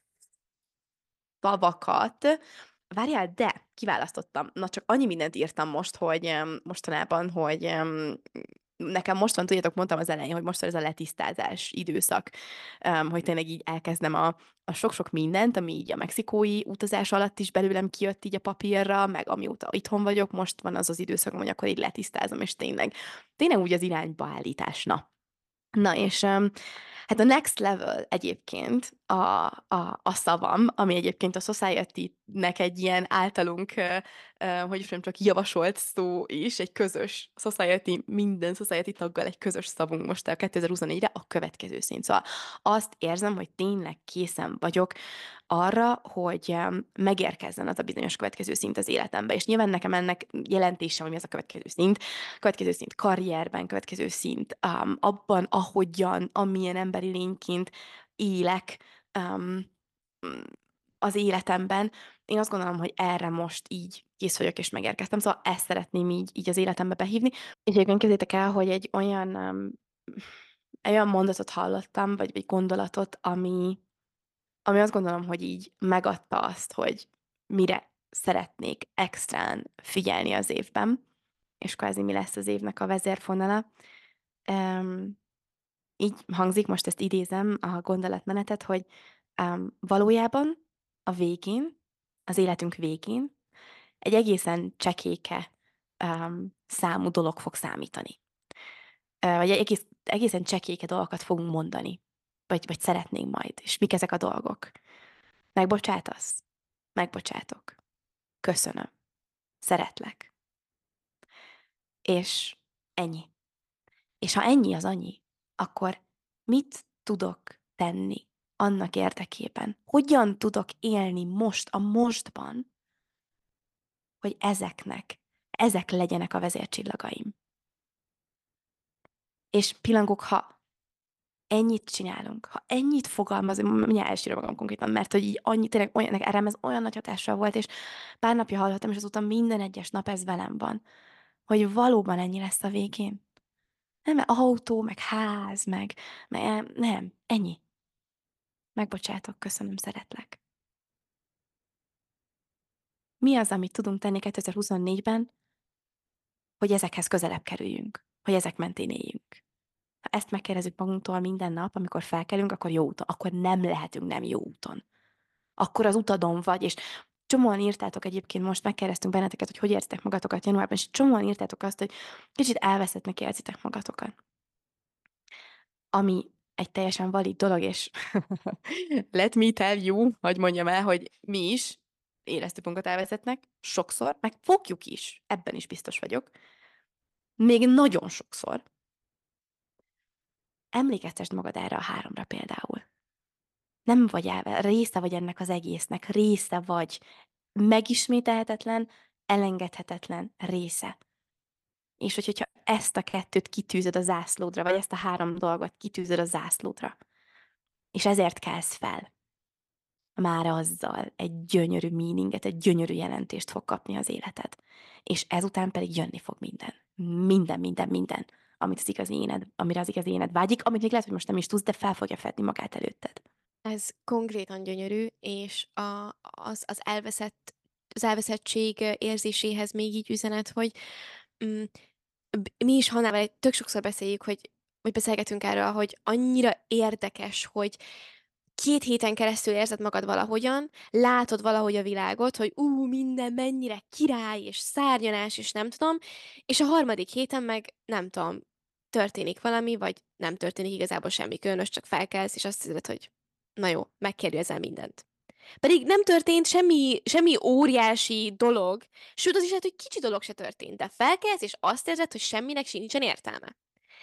szavakat, várjál, de kiválasztottam. Na, csak annyi mindent írtam most, hogy um, mostanában, hogy um, nekem most van, tudjátok, mondtam az elején, hogy most van ez a letisztázás időszak, um, hogy tényleg így elkezdem a, a sok-sok mindent, ami így a mexikói utazás alatt is belőlem kijött így a papírra, meg amióta itthon vagyok, most van az az időszak, hogy akkor így letisztázom, és tényleg, tényleg úgy az irányba állítás. Na, Na és um, hát a next level egyébként a, a, a szavam, ami egyébként a Society-nek egy ilyen általunk, uh, uh, hogy is mondjam, csak javasolt szó is, egy közös Society, minden Society taggal egy közös szavunk most a kétezer-huszonnégyre a következő szint. Szóval azt érzem, hogy tényleg készen vagyok arra, hogy um, megérkezzen az a bizonyos következő szint az életembe. És nyilván nekem ennek jelentése, hogy mi az a következő szint, következő szint karrierben, következő szint um, abban, ahogyan, amilyen emberi lényként élek um, az életemben. Én azt gondolom, hogy erre most így kész vagyok, és megérkeztem. Szóval ezt szeretném így, így az életembe behívni. És egyébként képzeljétek el, hogy egy olyan, um, egy olyan mondatot hallottam, vagy egy gondolatot, ami, ami azt gondolom, hogy így megadta azt, hogy mire szeretnék extrán figyelni az évben, és kvázi mi lesz az évnek a vezérfonala. Um, így hangzik, most ezt idézem a gondolatmenetet, hogy um, valójában a végén, az életünk végén egy egészen csekéke um, számú dolog fog számítani. Uh, vagy egy egész, egészen csekéke dolgokat fogunk mondani. Vagy, vagy szeretnénk majd. És mik ezek a dolgok? Megbocsátasz? Megbocsátok. Köszönöm. Szeretlek. És ennyi. És ha ennyi az annyi, akkor mit tudok tenni annak érdekében? Hogyan tudok élni most, a mostban, hogy ezeknek, ezek legyenek a vezércsillagaim? És pillangok, ha ennyit csinálunk, ha ennyit fogalmazunk, mindjárt elsírom magam konkrétan, mert hogy így annyi, tényleg olyan, erre ez olyan nagy hatással volt, és pár napja hallottam, és azóta minden egyes nap ez velem van, hogy valóban ennyi lesz a végén. Nem, mert autó, meg ház, meg, meg nem, ennyi. Megbocsátok, köszönöm, szeretlek. Mi az, amit tudunk tenni kétezer-huszonnégyben, hogy ezekhez közelebb kerüljünk, hogy ezek mentén éljünk? Ha ezt megkérdezzük magunktól minden nap, amikor felkelünk, akkor jó úton, akkor nem lehetünk nem jó úton. Akkor az utadon vagy, és csomóan írtátok egyébként, most megkérdeztünk benneteket, hogy hogy érzitek magatokat januárban, és csomóan írtátok azt, hogy kicsit elveszettnek érzitek magatokat. Ami egy teljesen valid dolog, és let me tell you, hogy mondjam el, hogy mi is éreztük magunkat elveszettnek, sokszor, meg fogjuk is, ebben is biztos vagyok, még nagyon sokszor. Emlékeztesd magad erre a háromra például. Nem vagy elve, része vagy ennek az egésznek, része vagy megismételhetetlen, elengedhetetlen része. És hogy, hogyha ezt a kettőt kitűzöd a zászlódra, vagy ezt a három dolgot kitűzöd a zászlódra, és ezért kelsz fel, már azzal egy gyönyörű meaninget, egy gyönyörű jelentést fog kapni az életed. És ezután pedig jönni fog minden. Minden, minden, minden, amit az igazi éned, amire az igazi éned vágyik, amit még lehet, hogy most nem is tudsz, de fel fogja fedni magát előtted. Ez konkrétan gyönyörű, és a az az elveszett az elveszettség érzéséhez még így üzenet, hogy, hm, b mi is Hannával egy tök sokszor beszéljük, hogy hogy beszélgetünk erről, hogy annyira érdekes, hogy két héten keresztül érzed magad valahogyan, látod valahogy a világot, hogy ú, minden mennyire király és szárnyalás, és nem tudom, és a harmadik héten meg nem tudom, történik valami, vagy nem történik igazából semmi különös, csak felkelsz, és azt hiszed, hogy na jó, megkérdőjelezel mindent. Pedig nem történt semmi semmi óriási dolog, sőt, az is lehet, hogy kicsi dolog se történt, de felkelsz, és azt érzed, hogy semminek sincsen értelme.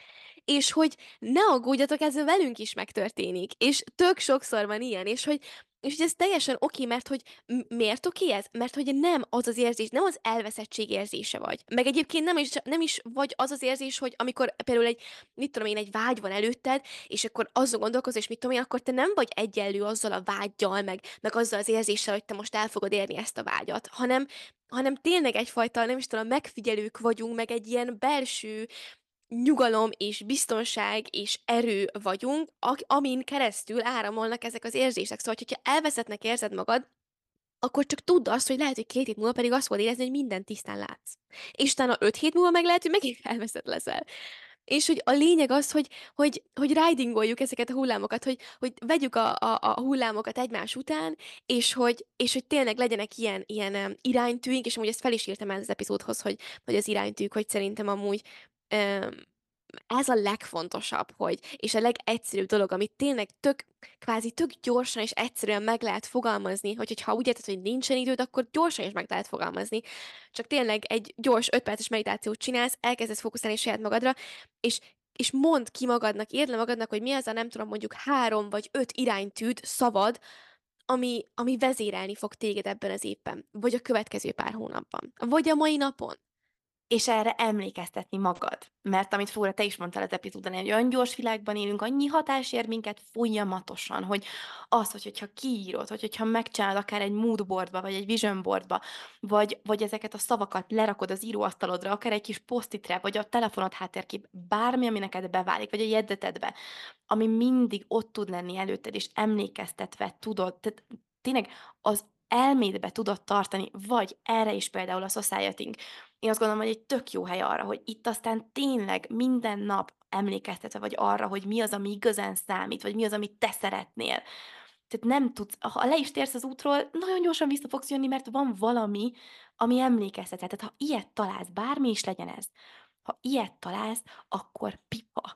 És hogy ne aggódjatok, ez velünk is megtörténik, és tök sokszor van ilyen, és hogy és hogy ez teljesen oké, mert hogy m miért oké ez? Mert hogy nem az az érzés, nem az elveszettség érzése vagy. Meg egyébként nem is nem is vagy az az érzés, hogy amikor például egy, mit tudom én, egy vágy van előtted, és akkor azon gondolkozol, és mit tudom én, akkor te nem vagy egyenlő azzal a vággyal, meg meg azzal az érzéssel, hogy te most el fogod érni ezt a vágyat, hanem hanem tényleg egyfajta, nem is tudom, megfigyelők vagyunk, meg egy ilyen belső nyugalom és biztonság és erő vagyunk, ak amin keresztül áramolnak ezek az érzések. Szóval, hogyha elveszettnek érzed magad, akkor csak tudd azt, hogy lehet, hogy két hét múlva pedig azt fogod érezni, hogy mindent tisztán látsz. És utána öt hét múlva meg lehet, hogy megint elveszett leszel. És hogy a lényeg az, hogy hogy hogy ridingoljuk ezeket a hullámokat, hogy hogy vegyük a a a hullámokat egymás után, és hogy és hogy tényleg legyenek ilyen ilyen, em, iránytűink, és amúgy ezt fel is írtam ehhez az epizódhoz, hogy hogy az iránytűk, hogy szerintem amúgy, öm, ez a legfontosabb, hogy és a legegyszerűbb dolog, amit tényleg tök kvázi tök gyorsan és egyszerűen meg lehet fogalmazni, hogy hogyha úgy érted, hogy nincsen időd, akkor gyorsan is meg lehet fogalmazni. Csak tényleg egy gyors öt perces meditációt csinálsz, elkezdesz fókuszálni saját magadra, és és mondd ki magadnak, írd le magadnak, hogy mi az a nem tudom, mondjuk három vagy öt iránytűt, szavad, ami ami vezérelni fog téged ebben az évben, vagy a következő pár hónapban, vagy a mai napon. És erre emlékeztetni magad. Mert amit Flóra, te is mondtál az epizódon, egy olyan gyors világban élünk, annyi hatás ér minket folyamatosan, hogy az, hogy hogyha kiírod, hogy hogyha megcsinálod akár egy moodboardba, vagy egy vision boardba, vagy, vagy ezeket a szavakat lerakod az íróasztalodra, akár egy kis posztitre, vagy a telefonod háttérkép, bármi, ami neked beválik, vagy a jegyzetedbe, ami mindig ott tud lenni előtted, és emlékeztetve tudod, tehát tényleg az elmédbe tudod tartani, vagy erre is például a Society-nk. Én azt gondolom, hogy egy tök jó hely arra, hogy itt aztán tényleg minden nap emlékeztetve vagy arra, hogy mi az, ami igazán számít, vagy mi az, amit te szeretnél. Tehát nem tudsz, ha le is térsz az útról, nagyon gyorsan vissza fogsz jönni, mert van valami, ami emlékeztet. Tehát ha ilyet találsz, bármi is legyen ez, ha ilyet találsz, akkor pipa,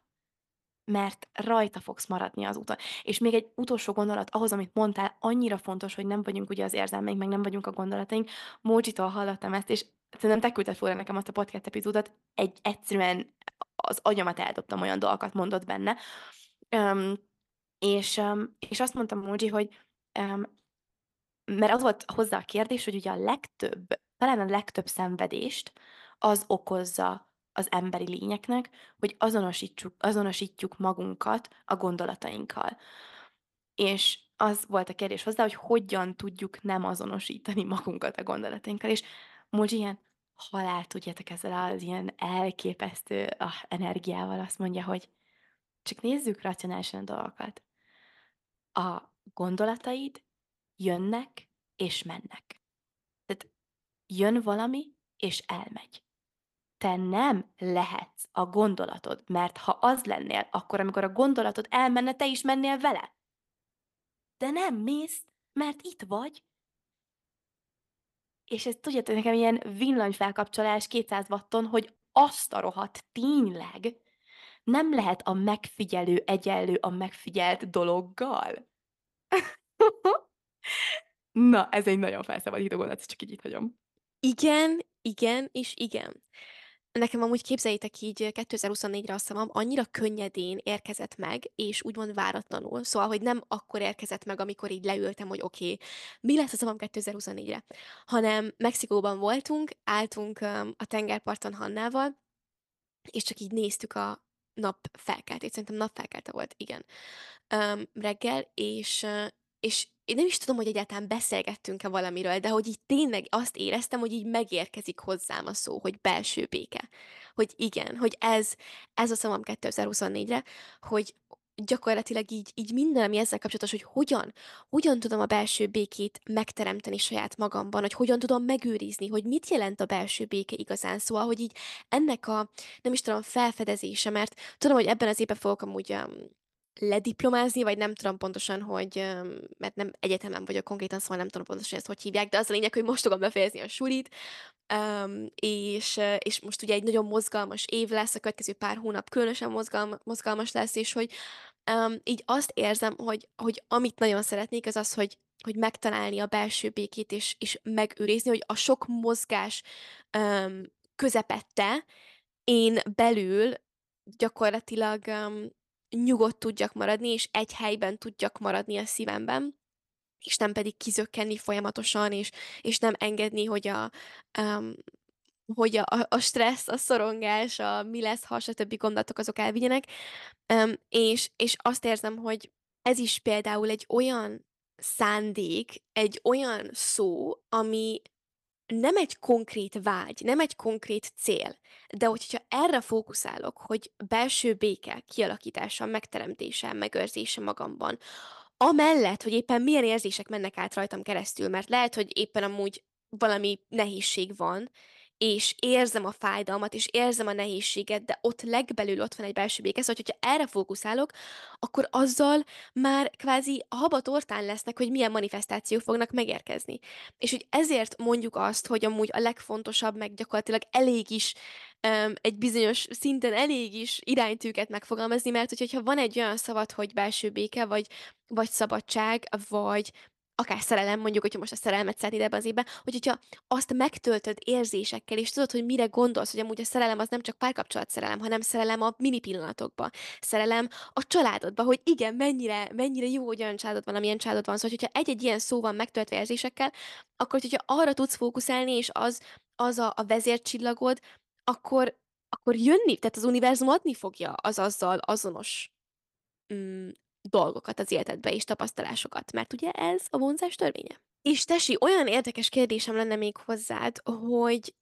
mert rajta fogsz maradni az úton. És még egy utolsó gondolat ahhoz, amit mondtál, annyira fontos, hogy nem vagyunk ugye az érzelmeink, meg nem vagyunk a gondolataink. Mózsitól hallottam ezt, és szerintem te küldted volna nekem azt a podcast epizódot, egy egyszerűen az agyamat eldobtam, olyan dolgokat mondott benne. Öm, és, öm, és azt mondtam Mózsi, hogy öm, mert az volt hozzá a kérdés, hogy ugye a legtöbb, talán a legtöbb szenvedést az okozza az emberi lényeknek, hogy azonosítsuk, azonosítjuk magunkat a gondolatainkkal. És az volt a kérdés hozzá, hogy hogyan tudjuk nem azonosítani magunkat a gondolatainkkal. És most ilyen halál, tudjátok, ezzel az ilyen elképesztő ah, energiával azt mondja, hogy csak nézzük racionálisan a dolgokat. A gondolataid jönnek és mennek. Tehát jön valami, és elmegy. Te nem lehetsz a gondolatod, mert ha az lennél, akkor amikor a gondolatod elmenne, te is mennél vele. De nem mész, mert itt vagy, és ez tudjátok, nekem ilyen villanyfelkapcsolás kétszáz watton, hogy azt a rohadt tényleg nem lehet a megfigyelő egyenlő a megfigyelt dologgal. Na, ez egy nagyon felszabadító gondolat, csak így itt hagyom. Igen, igen és igen. Nekem amúgy képzeljétek így kétezer-huszonnégyre a szavam annyira könnyedén érkezett meg, és úgymond váratlanul. Szóval, hogy nem akkor érkezett meg, amikor így leültem, hogy oké, okay, mi lesz a szavam kétezer-huszonnégyre, hanem Mexikóban voltunk, álltunk öm, a tengerparton Hannával, és csak így néztük a nap felkeltét. Szerintem napfelkelte volt, igen. Öm, reggel, és, ö, és én nem is tudom, hogy egyáltalán beszélgettünk-e valamiről, de hogy így tényleg azt éreztem, hogy így megérkezik hozzám a szó, hogy belső béke. Hogy igen, hogy ez, ez a szavam kétezer-huszonnégyre, hogy gyakorlatilag így, így minden, ami ezzel kapcsolatos, hogy hogyan, hogyan tudom a belső békét megteremteni saját magamban, hogy hogyan tudom megőrizni, hogy mit jelent a belső béke igazán. Szóval, hogy így ennek a, nem is tudom, felfedezése, mert tudom, hogy ebben az évben fogok amúgy um, lediplomázni, vagy nem tudom pontosan, hogy, öm, mert nem egyetemen vagyok konkrétan, szóval nem tudom pontosan, hogy ezt hogy hívják, de az a lényeg, hogy most fogom befejezni a sulit, öm, és, ö, és most ugye egy nagyon mozgalmas év lesz, a következő pár hónap különösen mozgalma mozgalmas lesz, és hogy, öm, így azt érzem, hogy hogy amit nagyon szeretnék, az az, hogy hogy megtalálni a belső békét, és és megőrizni, hogy a sok mozgás, öm, közepette én belül gyakorlatilag, öm, nyugodt tudjak maradni, és egy helyben tudjak maradni a szívemben, és nem pedig kizökkenni folyamatosan, és és nem engedni, hogy a, öm, hogy a a a stressz, a szorongás, a mi lesz, ha, stb. Gondolatok azok elvigyenek. Öm, és és azt érzem, hogy ez is például egy olyan szándék, egy olyan szó, ami nem egy konkrét vágy, nem egy konkrét cél, de hogyha erre fókuszálok, hogy belső béke kialakítása, megteremtése, megőrzése magamban, amellett, hogy éppen milyen érzések mennek át rajtam keresztül, mert lehet, hogy éppen amúgy valami nehézség van, és érzem a fájdalmat, és érzem a nehézséget, de ott legbelül ott van egy belső béke, szóval hogyha erre fókuszálok, akkor azzal már kvázi a haba tortán lesznek, hogy milyen manifestációk fognak megérkezni. És hogy ezért mondjuk azt, hogy amúgy a legfontosabb, meg gyakorlatilag elég is, öm, egy bizonyos szinten elég is iránytűket megfogalmazni, mert hogyha van egy olyan szavad, hogy belső béke, vagy vagy szabadság, vagy akár szerelem, mondjuk, hogyha most a szerelmet szeretnéd ebben az évben, hogy hogyha azt megtöltöd érzésekkel, és tudod, hogy mire gondolsz, hogy amúgy a szerelem az nem csak párkapcsolat szerelem, hanem szerelem a mini pillanatokba, szerelem a családodba, hogy igen, mennyire, mennyire jó, hogy olyan családod van, amilyen családod van. Szóval, hogyha egy-egy ilyen szó van megtöltve érzésekkel, akkor, hogyha arra tudsz fókuszálni, és az, az a, a vezércsillagod, akkor, akkor jönni, tehát az univerzum adni fogja az azzal azonos mm, dolgokat az életedbe és tapasztalásokat, mert ugye ez a vonzás törvénye. És Tesi, olyan érdekes kérdésem lenne még hozzád, hogy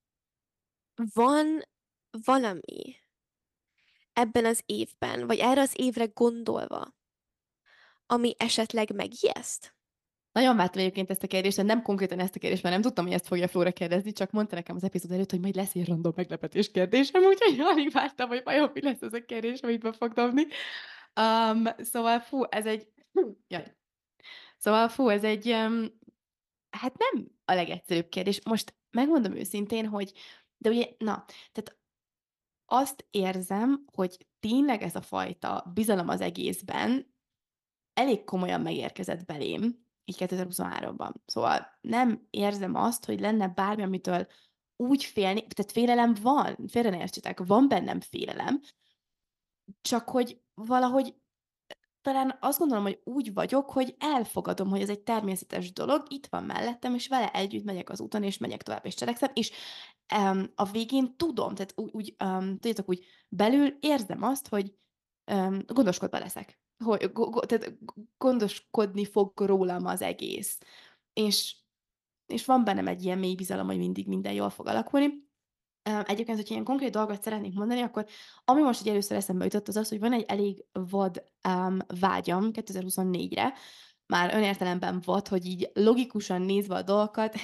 van valami ebben az évben, vagy erre az évre gondolva, ami esetleg megijeszt? Nagyon vártam egyébként ezt a kérdést, de nem konkrétan ezt a kérdést, mert nem tudtam, hogy ezt fogja Flóra kérdezni, csak mondta nekem az epizód előtt, hogy majd lesz egy random meglepetés kérdésem, úgyhogy alig vártam, hogy vajon mi lesz ez a kérdés, amit be fog dobni. Um, szóval fú, ez egy... Jaj. Szóval fú, ez egy... Um, hát nem a legegyszerűbb kérdés. Most megmondom őszintén, hogy de ugye, na, tehát azt érzem, hogy tényleg ez a fajta bizalom az egészben elég komolyan megérkezett belém, így kétezer-huszonháromban. Szóval nem érzem azt, hogy lenne bármi, amitől úgy félni, tehát félelem van, félre ne értsetek, van bennem félelem, csak hogy valahogy talán azt gondolom, hogy úgy vagyok, hogy elfogadom, hogy ez egy természetes dolog, itt van mellettem, és vele együtt megyek az úton, és megyek tovább, és cselekszem, és em, a végén tudom, tehát úgy, úgy um, tudjátok, úgy belül érzem azt, hogy um, gondoskodva leszek. Hogy, go, go, tehát gondoskodni fog rólam az egész. És, és van bennem egy ilyen mély bizalom, hogy mindig minden jól fog alakulni. Ö, egyébként, hogyha ilyen konkrét dolgot szeretnék mondani, akkor ami most így először eszembe jutott, az az, hogy van egy elég vad, um, vágyam kétezer-huszonnégyre, már önértelemben vad, hogy így logikusan nézve a dolgokat,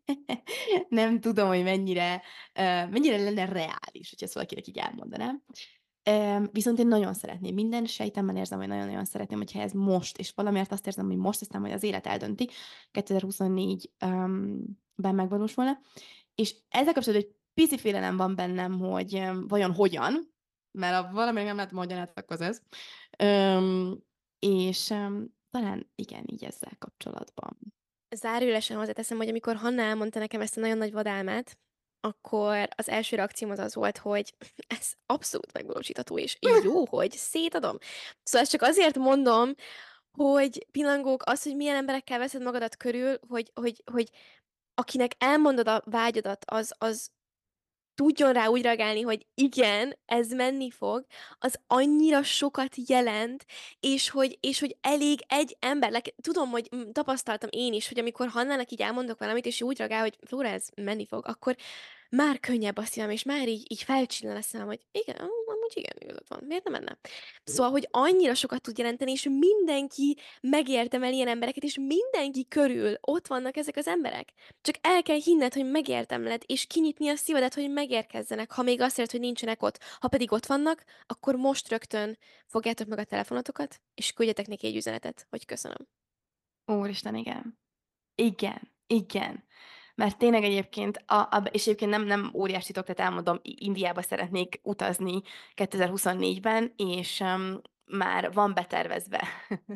nem tudom, hogy mennyire, ö, mennyire lenne reális, hogyha ezt valakinek így elmondanám. Öm, viszont én nagyon szeretném, minden sejtemben érzem, hogy nagyon-nagyon szeretném, hogyha ez most, és valamiért azt érzem, hogy most, aztán majd az élet eldönti, kétezer-huszonnégy öm, ben megvalósulna. És ezzel kapcsolatban egy pici félelem van bennem, hogy öm, vajon hogyan, mert ha valamiért nem látom, hogyan hát, akkor az ez. Öm, és öm, talán igen, így ezzel kapcsolatban. Zárójelesen hozzáteszem, hogy amikor Hanna elmondta nekem ezt a nagyon nagy vadálmát, akkor az első reakcióm az az volt, hogy ez abszolút megvalósítható, és jó, hogy szétadom. Szóval ezt csak azért mondom, hogy pillangók, az, hogy milyen emberekkel veszed magadat körül, hogy, hogy, hogy akinek elmondod a vágyadat, az, az tudjon rá úgy reagálni, hogy igen, ez menni fog, az annyira sokat jelent, és hogy és hogy elég egy embernek tudom, hogy hm, tapasztaltam én is, hogy amikor Hannának így elmondok valamit, és ő úgy reagál, hogy Flóra, ez menni fog, akkor már könnyebb a szívem, és már így így felcsillan a szemem, hogy igen, amúgy amúgy igen, igazad van. Miért nem menne? Szóval, hogy annyira sokat tud jelenteni, és mindenki megérdemel ilyen embereket, és mindenki körül ott vannak ezek az emberek. Csak el kell hinned, hogy megérdemled, és kinyitni a szívedet, hogy megérkezzenek, ha még azt érzed, hogy nincsenek ott. Ha pedig ott vannak, akkor most rögtön fogjátok meg a telefonotokat, és küldjetek neki egy üzenetet, hogy köszönöm. Úristen, igen. Igen, igen. Mert tényleg egyébként, a, a, és egyébként nem, nem óriás titok, tehát elmondom, I- Indiába szeretnék utazni kétezer-huszonnégyben, és um, már van betervezve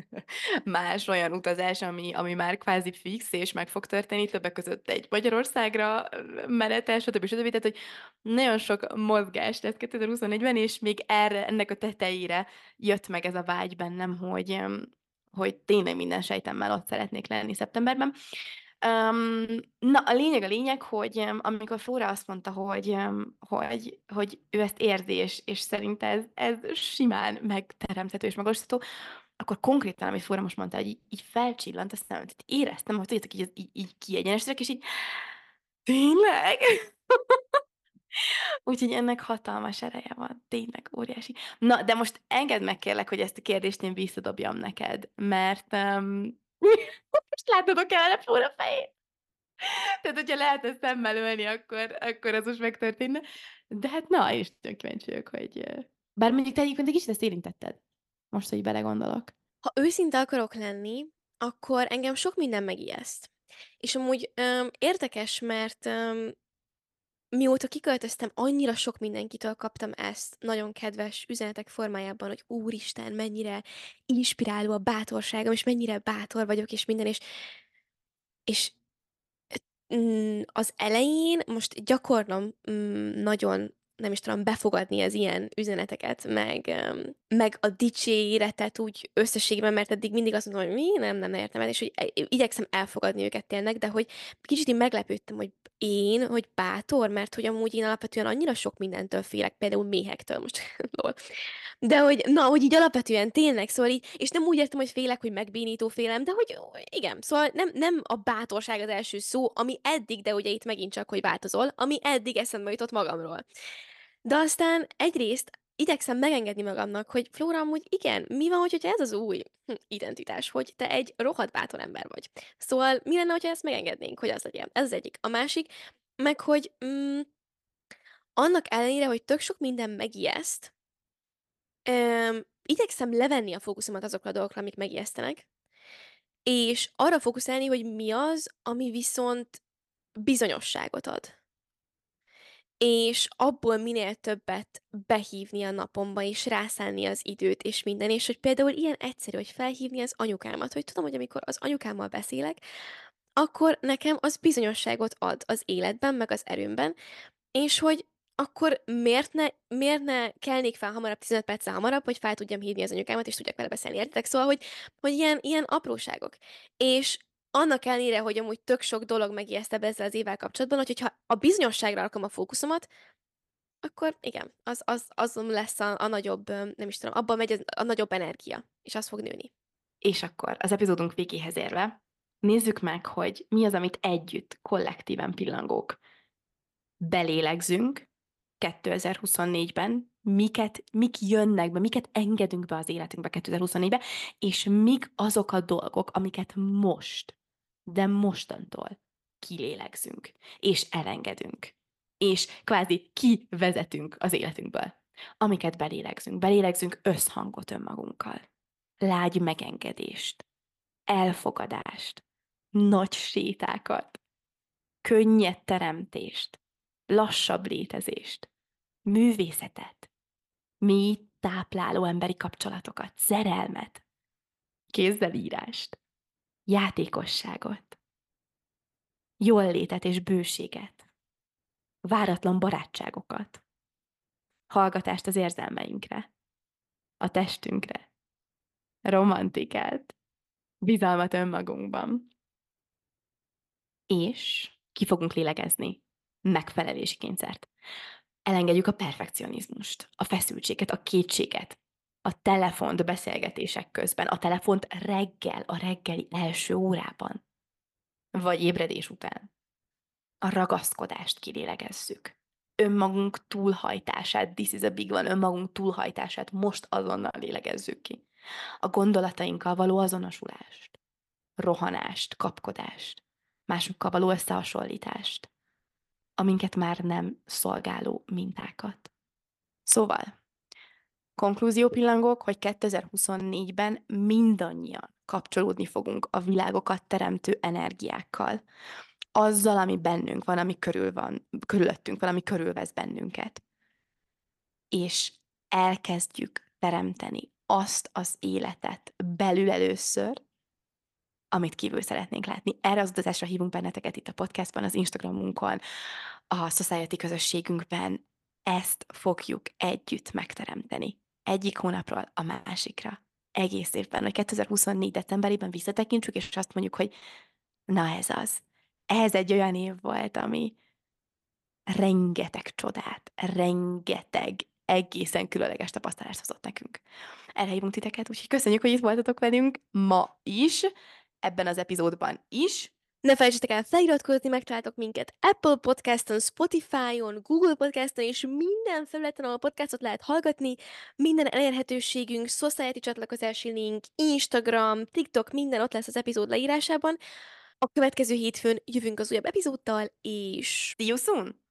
más olyan utazás, ami, ami már kvázi fix, és meg fog történni, többek között egy Magyarországra ö, menetel, stb. stb. Tehát, hogy nagyon sok mozgás lesz kétezer-huszonnégyben, és még erre, ennek a tetejére jött meg ez a vágy bennem, hogy, um, hogy tényleg minden sejtemmel ott szeretnék lenni szeptemberben. Um, na, a lényeg a lényeg, hogy um, amikor Flóra azt mondta, hogy, um, hogy, hogy ő ezt érzi, és, és szerint ez, ez simán megteremthető és megoldható, akkor konkrétan, amit Flóra most mondta, hogy így, így felcsillant a szemem, tehát éreztem, hogy tudjátok, így, így, így kiegyenesítek, és így tényleg? Úgyhogy ennek hatalmas ereje van, tényleg óriási. Na, de most engedd meg kérlek, hogy ezt a kérdést én visszadobjam neked, mert um, most látnod kellene Flóra fejét. Tehát, hogyha lehetne szemmel ölni, akkor, akkor az most megtörténne. De hát na, én is nagyon kíváncsi vagyok, hogy... ö, Bár mondjuk te egyébként egy kicsit ezt érintetted. Most, hogy belegondolok. Ha őszinte akarok lenni, akkor engem sok minden megijeszt. És amúgy öm, érdekes, mert öm, mióta kiköltöztem, annyira sok mindenkitől kaptam ezt nagyon kedves üzenetek formájában, hogy úristen, mennyire inspiráló a bátorságom, és mennyire bátor vagyok, és minden, és, és mm, az elején most gyakorlom mm, nagyon, nem is tudom, befogadni az ilyen üzeneteket, meg, öm, meg a dicséretet úgy összességében, mert eddig mindig azt mondom, hogy mi, nem, nem, nem értem el, és hogy e- igyekszem elfogadni őket tényleg, de hogy kicsit így meglepődtem, hogy én, hogy bátor, mert hogy amúgy én alapvetően annyira sok mindentől félek, például méhektől most, lol. De hogy, na, hogy így alapvetően tényleg, szóval így, és nem úgy értem, hogy félek, hogy megbénító félem, de hogy ó, igen, szóval nem, nem a bátorság az első szó, ami eddig, de ugye itt megint csak, hogy változol, ami eddig eszembe jutott magamról. De aztán egyrészt igyekszem megengedni magamnak, hogy Flóra, amúgy igen, mi van, hogyha ez az új hm, identitás, hogy te egy rohadt bátor ember vagy. Szóval mi lenne, hogyha ezt megengednénk, hogy az legyen? Ez az egyik. A másik, meg hogy mm, annak ellenére, hogy tök sok minden megijeszt, öm, igyekszem levenni a fókuszomat azokra a dolgokra, amik megijesztenek, és arra fókuszálni, hogy mi az, ami viszont bizonyosságot ad. És abból minél többet behívni a napomba, és rászánni az időt, és minden. És hogy például ilyen egyszerű, hogy felhívni az anyukámat, hogy tudom, hogy amikor az anyukámmal beszélek, akkor nekem az bizonyosságot ad az életben, meg az erőmben, és hogy akkor miért ne miért ne kelnék fel hamarabb, tizenöt perccel hamarabb, hogy fel tudjam hívni az anyukámat, és tudjak vele beszélni, értitek? Szóval, hogy hogy ilyen ilyen apróságok. És annak ellenére, hogy amúgy tök sok dolog megijeszt ezzel az évvel kapcsolatban, hogy hogyha a bizonyosságra rakom a fókuszomat, akkor igen, az az az lesz a a nagyobb, ö, nem is tudom, abban megy az a nagyobb energia, és az fog nőni. És akkor az epizódunk végéhez érve, nézzük meg, hogy mi az, amit együtt, kollektíven pillangók belélegzünk kétezer-huszonnégyben, miket, mik jönnek be, miket engedünk be az életünkbe kétezer-huszonnégybe, és mik azok a dolgok, amiket most, de mostantól kilélegzünk, és elengedünk, és kvázi kivezetünk az életünkből. Amiket belélegzünk. Belélegzünk összhangot önmagunkkal, lágy megengedést, elfogadást, nagy sétákat, könnyed teremtést, lassabb létezést, művészetet, mély tápláló emberi kapcsolatokat, szerelmet, kézzelírást, játékosságot, jól létet és bőséget, váratlan barátságokat, hallgatást az érzelmeinkre, a testünkre, romantikát, bizalmat önmagunkban, és ki fogunk lélegezni megfelelési kényszert. Elengedjük a perfekcionizmust, a feszültséget, a kétséget, a telefont beszélgetések közben, a telefont reggel, a reggeli első órában, vagy ébredés után. A ragaszkodást kilélegezzük. önmagunk túlhajtását, this is a big one, önmagunk túlhajtását most azonnal lélegezzük ki. A gondolatainkkal való azonosulást, rohanást, kapkodást, másokkal való összehasonlítást, aminket már nem szolgáló mintákat. Szóval, konklúzió pillangók, hogy kétezer-huszonnégyben mindannyian kapcsolódni fogunk a világokat teremtő energiákkal. Azzal, ami bennünk van, ami körül van, körülöttünk van, ami körülvesz bennünket. És elkezdjük teremteni azt az életet belül először, amit kívül szeretnénk látni. Erre az utazásra hívunk benneteket itt a podcastban, az Instagramunkon, a Society közösségünkben. Ezt fogjuk együtt megteremteni. Egyik hónapról a másikra. Egész évben, hogy kétezer-huszonnégy decemberében visszatekintsük, és azt mondjuk, hogy na ez az. Ez egy olyan év volt, ami rengeteg csodát, rengeteg egészen különleges tapasztalást hozott nekünk. Erre hívunk titeket, úgyhogy köszönjük, hogy itt voltatok velünk ma is, ebben az epizódban is. Ne felejtsetek el feliratkozni, megtaláltok minket Apple Podcaston, Spotify-on, Google Podcaston és minden felületen, ahol podcastot lehet hallgatni. Minden elérhetőségünk, Society csatlakozási link, Instagram, TikTok, minden ott lesz az epizód leírásában. A következő hétfőn jövünk az újabb epizóddal, és See you soon!